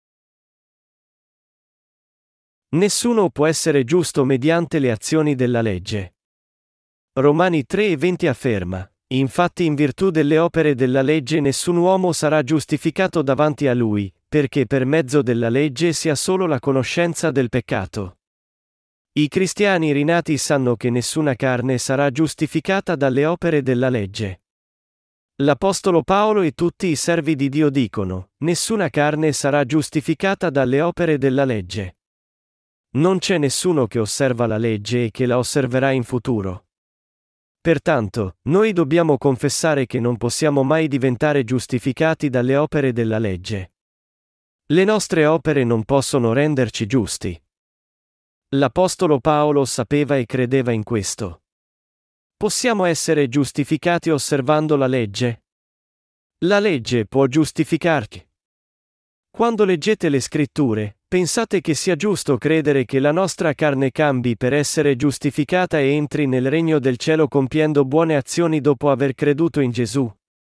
Nessuno può essere giusto mediante le azioni della legge. Romani 3,20 afferma: infatti in virtù delle opere della legge nessun uomo sarà giustificato davanti a lui, perché per mezzo della legge si ha solo la conoscenza del peccato. I cristiani rinati sanno che nessuna carne sarà giustificata dalle opere della legge. L'Apostolo Paolo e tutti i servi di Dio dicono: nessuna carne sarà giustificata dalle opere della legge. Non c'è nessuno che osserva la legge e che la osserverà in futuro. Pertanto, noi dobbiamo confessare che non possiamo mai diventare giustificati dalle opere della legge. Le nostre opere non possono renderci giusti. L'Apostolo Paolo sapeva e credeva in questo. Possiamo essere giustificati osservando la legge? La legge può giustificarti. Quando leggete le Scritture, Pensate che sia giusto credere che la nostra carne cambi per essere giustificata e entri nel regno del cielo compiendo buone azioni dopo aver creduto in Gesù?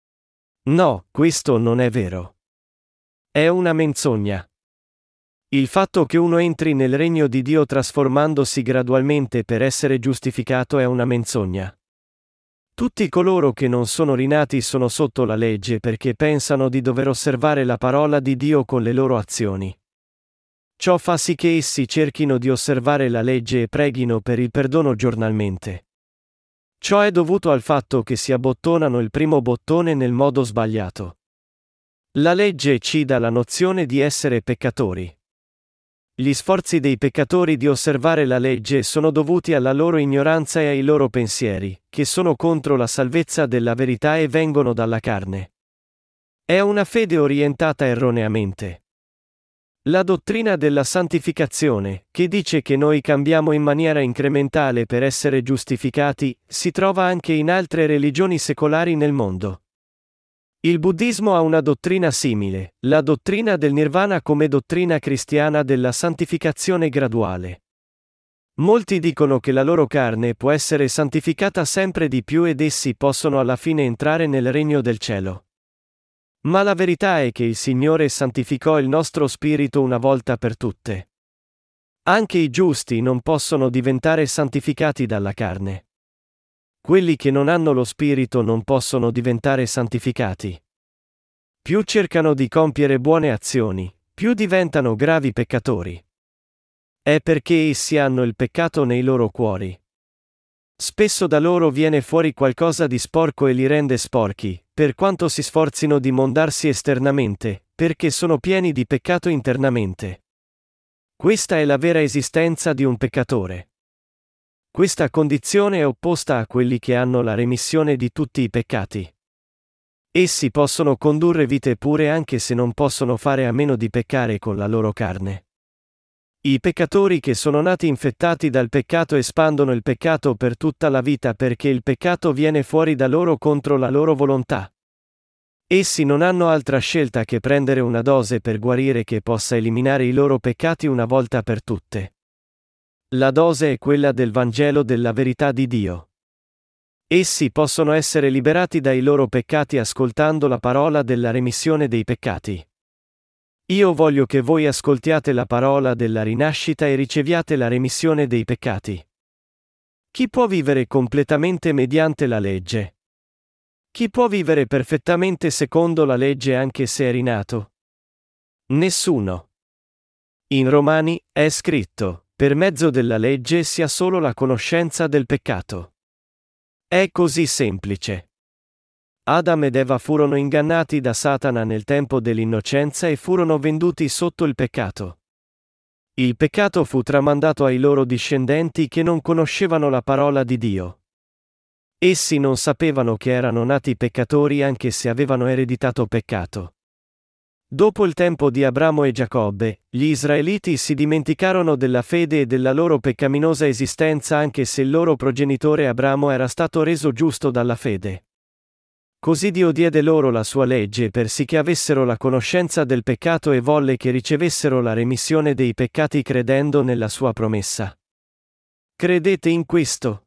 No, questo non è vero. È una menzogna. Il fatto che uno entri nel regno di Dio trasformandosi gradualmente per essere giustificato è una menzogna. Tutti coloro che non sono rinati sono sotto la legge perché pensano di dover osservare la parola di Dio con le loro azioni. Ciò fa sì che essi cerchino di osservare la legge e preghino per il perdono giornalmente. Ciò è dovuto al fatto che si abbottonano il primo bottone nel modo sbagliato. La legge ci dà la nozione di essere peccatori. Gli sforzi dei peccatori di osservare la legge sono dovuti alla loro ignoranza e ai loro pensieri, che sono contro la salvezza della verità e vengono dalla carne. È una fede orientata erroneamente. La dottrina della santificazione, che dice che noi cambiamo in maniera incrementale per essere giustificati, si trova anche in altre religioni secolari nel mondo. Il buddismo ha una dottrina simile, la dottrina del nirvana come dottrina cristiana della santificazione graduale. Molti dicono che la loro carne può essere santificata sempre di più ed essi possono alla fine entrare nel regno del cielo. Ma la verità è che il Signore santificò il nostro spirito una volta per tutte. Anche i giusti non possono diventare santificati dalla carne. Quelli che non hanno lo spirito non possono diventare santificati. Più cercano di compiere buone azioni, più diventano gravi peccatori. È perché essi hanno il peccato nei loro cuori. Spesso da loro viene fuori qualcosa di sporco e li rende sporchi, per quanto si sforzino di mondarsi esternamente, perché sono pieni di peccato internamente. Questa è la vera esistenza di un peccatore. Questa condizione è opposta a quelli che hanno la remissione di tutti i peccati. Essi possono condurre vite pure anche se non possono fare a meno di peccare con la loro carne. I peccatori che sono nati infettati dal peccato espandono il peccato per tutta la vita perché il peccato viene fuori da loro contro la loro volontà. Essi non hanno altra scelta che prendere una dose per guarire che possa eliminare i loro peccati una volta per tutte. La dose è quella del Vangelo della verità di Dio. Essi possono essere liberati dai loro peccati ascoltando la parola della remissione dei peccati. Io voglio che voi ascoltiate la parola della rinascita e riceviate la remissione dei peccati. Chi può vivere completamente mediante la legge? Chi può vivere perfettamente secondo la legge anche se è rinato? Nessuno. In Romani è scritto: per mezzo della legge si ha solo la conoscenza del peccato. È così semplice. Adam ed Eva furono ingannati da Satana nel tempo dell'innocenza e furono venduti sotto il peccato. Il peccato fu tramandato ai loro discendenti che non conoscevano la parola di Dio. Essi non sapevano che erano nati peccatori anche se avevano ereditato peccato. Dopo il tempo di Abramo e Giacobbe, gli israeliti si dimenticarono della fede e della loro peccaminosa esistenza anche se il loro progenitore Abramo era stato reso giusto dalla fede. Così Dio diede loro la sua legge per sì che avessero la conoscenza del peccato e volle che ricevessero la remissione dei peccati credendo nella sua promessa. Credete in questo?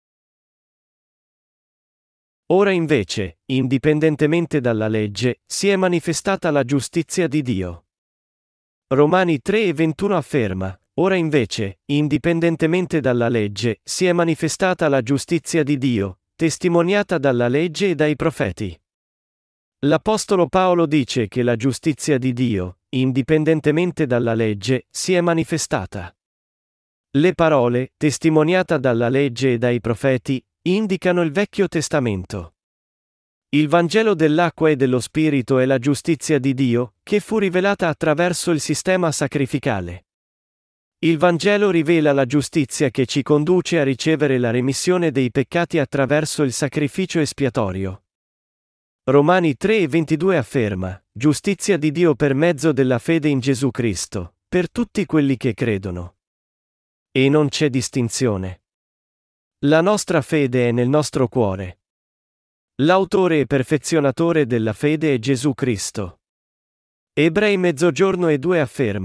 Ora invece, indipendentemente dalla legge, si è manifestata la giustizia di Dio. Romani 3:21 afferma: ora invece, indipendentemente dalla legge, si è manifestata la giustizia di Dio, testimoniata dalla legge e dai profeti. L'Apostolo Paolo dice che la giustizia di Dio, indipendentemente dalla legge, si è manifestata. Le parole, testimoniata dalla legge e dai profeti, indicano il Vecchio Testamento. Il Vangelo dell'acqua e dello Spirito è la giustizia di Dio, che fu rivelata attraverso il sistema sacrificale. Il Vangelo rivela la giustizia che ci conduce a ricevere la remissione dei peccati attraverso il sacrificio espiatorio. Romani 3:22 afferma: giustizia di Dio per mezzo della fede in Gesù Cristo, per tutti quelli che credono. E non c'è distinzione. La nostra fede è nel nostro cuore. L'autore e perfezionatore della fede è Gesù Cristo. Ebrei 12:2 afferma: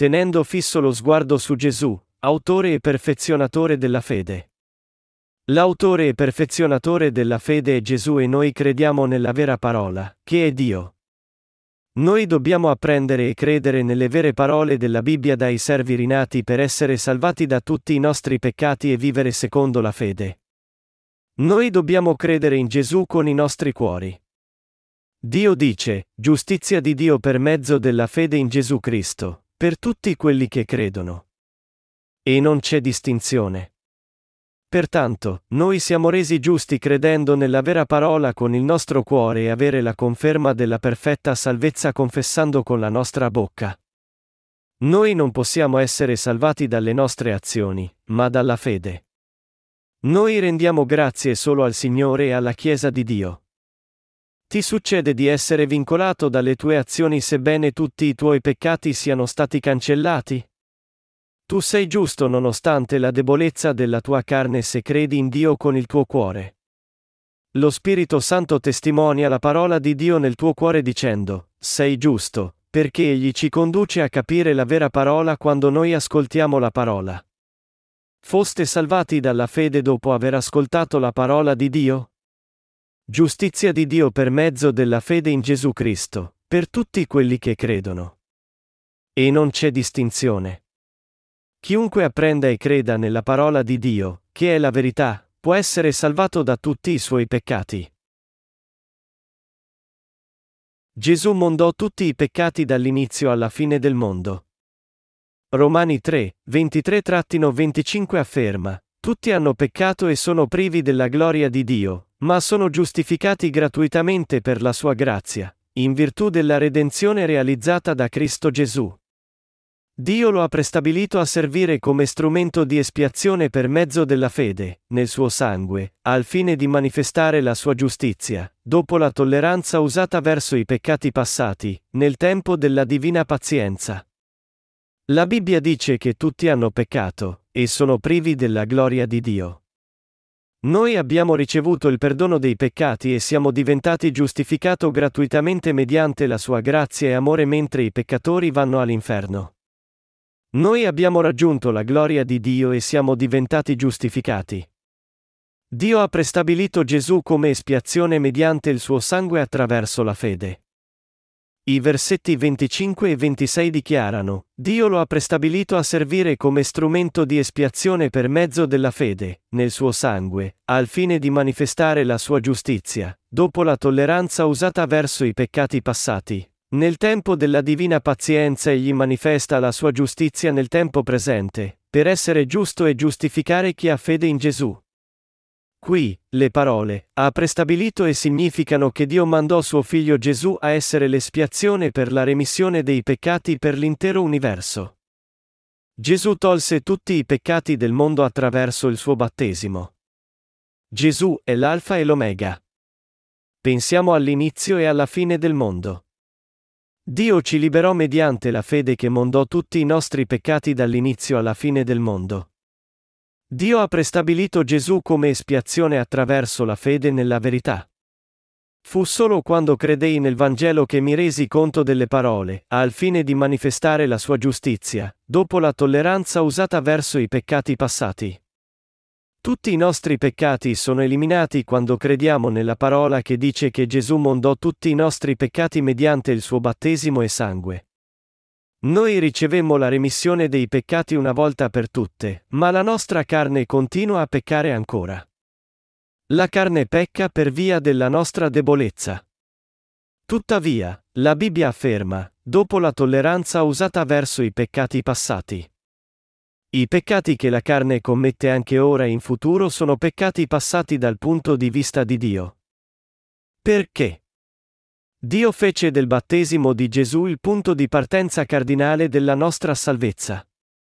tenendo fisso lo sguardo su Gesù, autore e perfezionatore della fede. L'autore e perfezionatore della fede è Gesù e noi crediamo nella vera parola, che è Dio. Noi dobbiamo apprendere e credere nelle vere parole della Bibbia dai servi rinati per essere salvati da tutti i nostri peccati e vivere secondo la fede. Noi dobbiamo credere in Gesù con i nostri cuori. Dio dice, giustizia di Dio per mezzo della fede in Gesù Cristo, per tutti quelli che credono. E non c'è distinzione. Pertanto, noi siamo resi giusti credendo nella vera parola con il nostro cuore e avere la conferma della perfetta salvezza confessando con la nostra bocca. Noi non possiamo essere salvati dalle nostre azioni, ma dalla fede. Noi rendiamo grazie solo al Signore e alla Chiesa di Dio. Ti succede di essere vincolato dalle tue azioni sebbene tutti i tuoi peccati siano stati cancellati? Tu sei giusto nonostante la debolezza della tua carne se credi in Dio con il tuo cuore. Lo Spirito Santo testimonia la parola di Dio nel tuo cuore dicendo, sei giusto, perché Egli ci conduce a capire la vera parola quando noi ascoltiamo la parola. Foste salvati dalla fede dopo aver ascoltato la parola di Dio? Giustizia di Dio per mezzo della fede in Gesù Cristo, per tutti quelli che credono. E non c'è distinzione. Chiunque apprenda e creda nella parola di Dio, che è la verità, può essere salvato da tutti i suoi peccati. Gesù mondò tutti i peccati dall'inizio alla fine del mondo. Romani 3, 23-25 afferma, tutti hanno peccato e sono privi della gloria di Dio, ma sono giustificati gratuitamente per la sua grazia, in virtù della redenzione realizzata da Cristo Gesù. Dio lo ha prestabilito a servire come strumento di espiazione per mezzo della fede, nel suo sangue, al fine di manifestare la sua giustizia, dopo la tolleranza usata verso i peccati passati, nel tempo della divina pazienza. La Bibbia dice che tutti hanno peccato, e sono privi della gloria di Dio. Noi abbiamo ricevuto il perdono dei peccati e siamo diventati giustificati gratuitamente mediante la sua grazia e amore mentre i peccatori vanno all'inferno. Noi abbiamo raggiunto la gloria di Dio e siamo diventati giustificati. Dio ha prestabilito Gesù come espiazione mediante il suo sangue attraverso la fede. I versetti 25 e 26 dichiarano, Dio lo ha prestabilito a servire come strumento di espiazione per mezzo della fede, nel suo sangue, al fine di manifestare la sua giustizia, dopo la tolleranza usata verso i peccati passati. Nel tempo della divina pazienza egli manifesta la sua giustizia nel tempo presente, per essere giusto e giustificare chi ha fede in Gesù. Qui, le parole, ha prestabilito e significano che Dio mandò suo figlio Gesù a essere l'espiazione per la remissione dei peccati per l'intero universo. Gesù tolse tutti i peccati del mondo attraverso il suo battesimo. Gesù è l'Alfa e l'Omega. Pensiamo all'inizio e alla fine del mondo. Dio ci liberò mediante la fede che mondò tutti i nostri peccati dall'inizio alla fine del mondo. Dio ha prestabilito Gesù come espiazione attraverso la fede nella verità. Fu solo quando credei nel Vangelo che mi resi conto delle parole, al fine di manifestare la sua giustizia, dopo la tolleranza usata verso i peccati passati. Tutti i nostri peccati sono eliminati quando crediamo nella parola che dice che Gesù mondò tutti i nostri peccati mediante il suo battesimo e sangue. Noi ricevemmo la remissione dei peccati una volta per tutte, ma la nostra carne continua a peccare ancora. La carne pecca per via della nostra debolezza. Tuttavia, la Bibbia afferma, dopo la tolleranza usata verso i peccati passati. I peccati che la carne commette anche ora e in futuro sono peccati passati dal punto di vista di Dio. Perché? Dio fece del battesimo di Gesù il punto di partenza cardinale della nostra salvezza.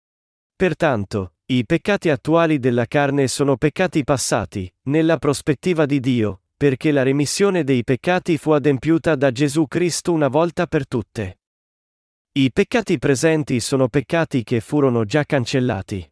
Pertanto, i peccati attuali della carne sono peccati passati, nella prospettiva di Dio, perché la remissione dei peccati fu adempiuta da Gesù Cristo una volta per tutte. I peccati presenti sono peccati che furono già cancellati.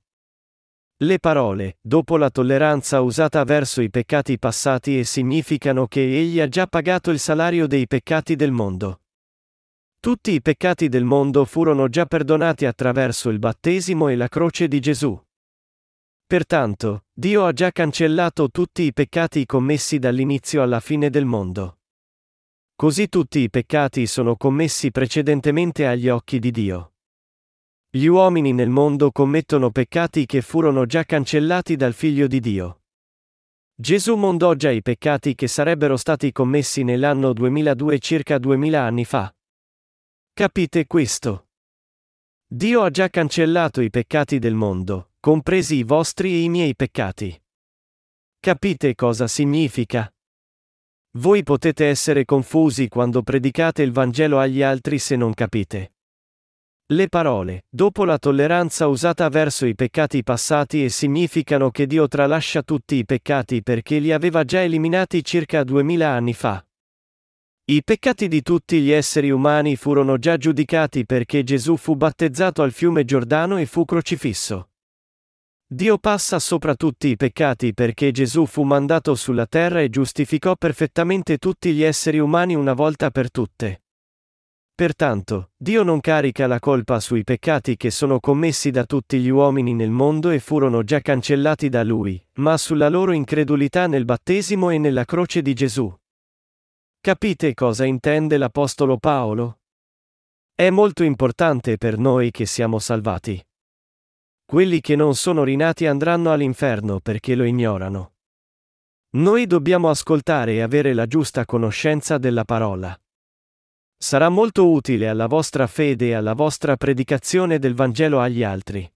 Le parole, dopo la tolleranza usata verso i peccati passati significano che Egli ha già pagato il salario dei peccati del mondo. Tutti i peccati del mondo furono già perdonati attraverso il battesimo e la croce di Gesù. Pertanto, Dio ha già cancellato tutti i peccati commessi dall'inizio alla fine del mondo. Così tutti i peccati sono commessi precedentemente agli occhi di Dio. Gli uomini nel mondo commettono peccati che furono già cancellati dal Figlio di Dio. Gesù mondò già i peccati che sarebbero stati commessi nell'anno 2002 circa 2000 anni fa. Capite questo? Dio ha già cancellato i peccati del mondo, compresi i vostri e i miei peccati. Capite cosa significa? Voi potete essere confusi quando predicate il Vangelo agli altri se non capite. Le parole, dopo la tolleranza usata verso i peccati passati significano che Dio tralascia tutti i peccati perché li aveva già eliminati circa 2000 anni fa. I peccati di tutti gli esseri umani furono già giudicati perché Gesù fu battezzato al fiume Giordano e fu crocifisso. Dio passa sopra tutti i peccati perché Gesù fu mandato sulla terra e giustificò perfettamente tutti gli esseri umani una volta per tutte. Pertanto, Dio non carica la colpa sui peccati che sono commessi da tutti gli uomini nel mondo e furono già cancellati da Lui, ma sulla loro incredulità nel battesimo e nella croce di Gesù. Capite cosa intende l'Apostolo Paolo? È molto importante per noi che siamo salvati. Quelli che non sono rinati andranno all'inferno perché lo ignorano. Noi dobbiamo ascoltare e avere la giusta conoscenza della parola. Sarà molto utile alla vostra fede e alla vostra predicazione del Vangelo agli altri.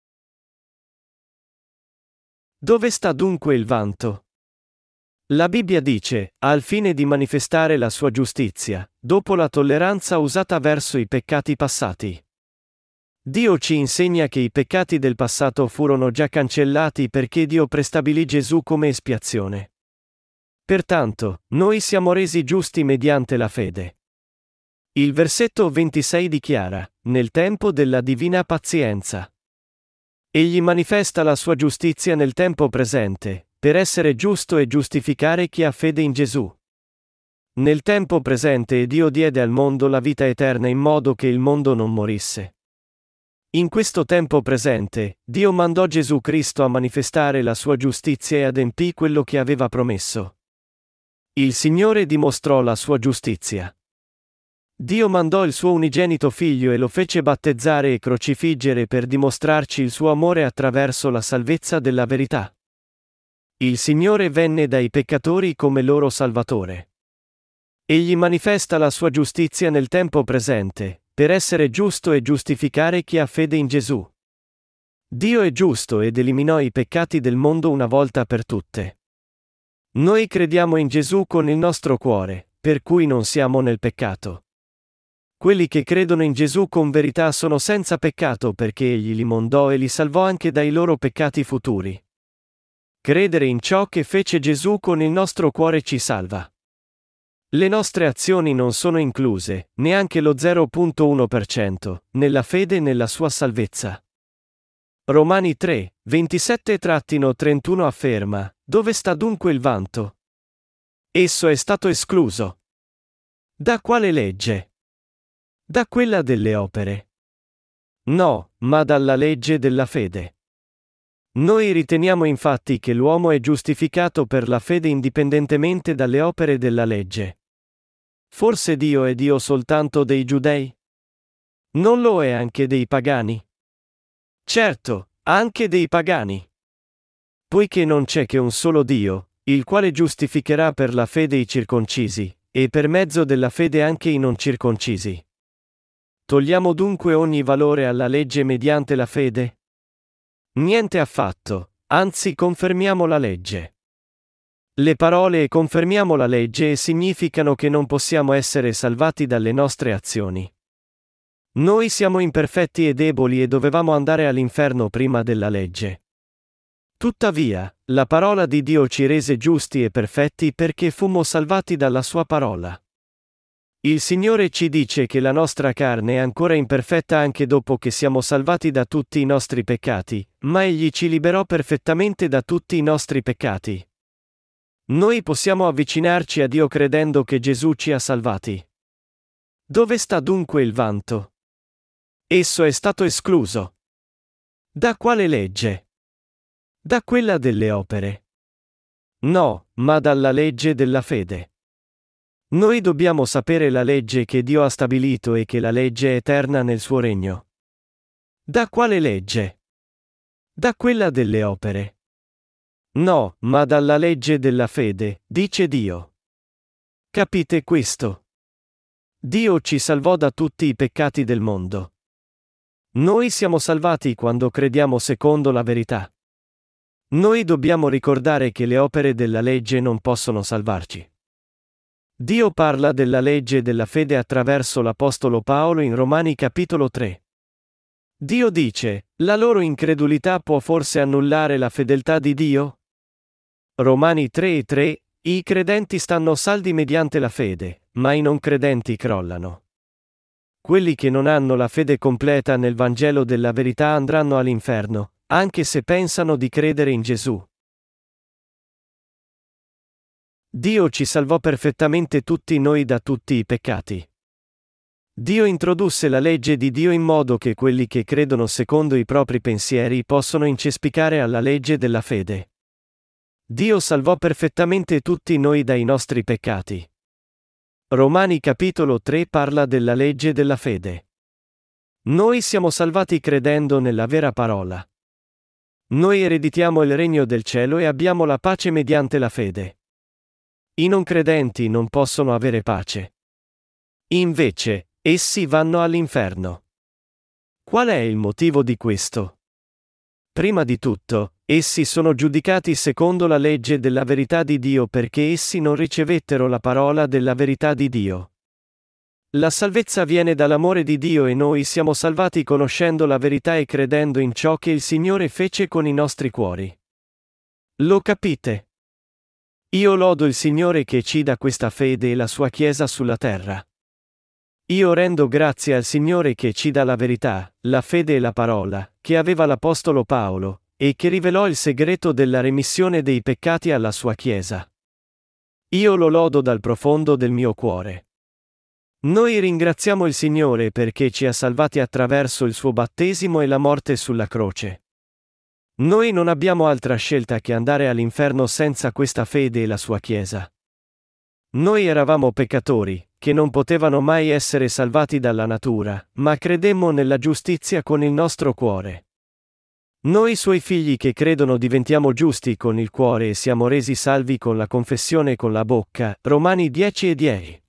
Dove sta dunque il vanto? La Bibbia dice, al fine di manifestare la sua giustizia, dopo la tolleranza usata verso i peccati passati. Dio ci insegna che i peccati del passato furono già cancellati perché Dio prestabilì Gesù come espiazione. Pertanto, noi siamo resi giusti mediante la fede. Il versetto 26 dichiara, nel tempo della divina pazienza. Egli manifesta la sua giustizia nel tempo presente, per essere giusto e giustificare chi ha fede in Gesù. Nel tempo presente Dio diede al mondo la vita eterna in modo che il mondo non morisse. In questo tempo presente, Dio mandò Gesù Cristo a manifestare la sua giustizia e adempì quello che aveva promesso. Il Signore dimostrò la sua giustizia. Dio mandò il suo unigenito figlio e lo fece battezzare e crocifiggere per dimostrarci il suo amore attraverso la salvezza della verità. Il Signore venne dai peccatori come loro Salvatore. Egli manifesta la sua giustizia nel tempo presente, per essere giusto e giustificare chi ha fede in Gesù. Dio è giusto ed eliminò i peccati del mondo una volta per tutte. Noi crediamo in Gesù con il nostro cuore, per cui non siamo nel peccato. Quelli che credono in Gesù con verità sono senza peccato perché Egli li mondò e li salvò anche dai loro peccati futuri. Credere in ciò che fece Gesù con il nostro cuore ci salva. Le nostre azioni non sono incluse, neanche lo 0,1%, nella fede e nella sua salvezza. Romani 3, 27-31 afferma, dove sta dunque il vanto? Esso è stato escluso. Da quale legge? Da quella delle opere? No, ma dalla legge della fede. Noi riteniamo infatti che l'uomo è giustificato per la fede indipendentemente dalle opere della legge. Forse Dio è Dio soltanto dei giudei? Non lo è anche dei pagani? Certo, anche dei pagani. Poiché non c'è che un solo Dio, il quale giustificherà per la fede i circoncisi, e per mezzo della fede anche i non circoncisi. Togliamo dunque ogni valore alla legge mediante la fede? Niente affatto, anzi confermiamo la legge. Le parole "confermiamo la legge" significano che non possiamo essere salvati dalle nostre azioni. Noi siamo imperfetti e deboli e dovevamo andare all'inferno prima della legge. Tuttavia, la parola di Dio ci rese giusti e perfetti perché fummo salvati dalla sua parola. Il Signore ci dice che la nostra carne è ancora imperfetta anche dopo che siamo salvati da tutti i nostri peccati, ma Egli ci liberò perfettamente da tutti i nostri peccati. Noi possiamo avvicinarci a Dio credendo che Gesù ci ha salvati. Dove sta dunque il vanto? Esso è stato escluso. Da quale legge? Da quella delle opere? No, ma dalla legge della fede. Noi dobbiamo sapere la legge che Dio ha stabilito e che la legge è eterna nel suo regno. Da quale legge? Da quella delle opere? No, ma dalla legge della fede, dice Dio. Capite questo? Dio ci salvò da tutti i peccati del mondo. Noi siamo salvati quando crediamo secondo la verità. Noi dobbiamo ricordare che le opere della legge non possono salvarci. Dio parla della legge della fede attraverso l'Apostolo Paolo in Romani capitolo 3. Dio dice, la loro incredulità può forse annullare la fedeltà di Dio? Romani 3:3, i credenti stanno saldi mediante la fede, ma i non credenti crollano. Quelli che non hanno la fede completa nel Vangelo della verità andranno all'inferno, anche se pensano di credere in Gesù. Dio ci salvò perfettamente tutti noi da tutti i peccati. Dio introdusse la legge di Dio in modo che quelli che credono secondo i propri pensieri possono incespicare alla legge della fede. Dio salvò perfettamente tutti noi dai nostri peccati. Romani capitolo 3 parla della legge della fede. Noi siamo salvati credendo nella vera parola. Noi ereditiamo il regno del cielo e abbiamo la pace mediante la fede. I non credenti non possono avere pace. Invece, essi vanno all'inferno. Qual è il motivo di questo? Prima di tutto, essi sono giudicati secondo la legge della verità di Dio perché essi non ricevettero la parola della verità di Dio. La salvezza viene dall'amore di Dio e noi siamo salvati conoscendo la verità e credendo in ciò che il Signore fece con i nostri cuori. Lo capite? Io lodo il Signore che ci dà questa fede e la sua Chiesa sulla terra. Io rendo grazie al Signore che ci dà la verità, la fede e la parola, che aveva l'Apostolo Paolo, e che rivelò il segreto della remissione dei peccati alla sua Chiesa. Io lo lodo dal profondo del mio cuore. Noi ringraziamo il Signore perché ci ha salvati attraverso il suo battesimo e la morte sulla croce. Noi non abbiamo altra scelta che andare all'inferno senza questa fede e la sua Chiesa. Noi eravamo peccatori, che non potevano mai essere salvati dalla natura, ma credemmo nella giustizia con il nostro cuore. Noi suoi figli che credono diventiamo giusti con il cuore e siamo resi salvi con la confessione con la bocca. Romani 10:10.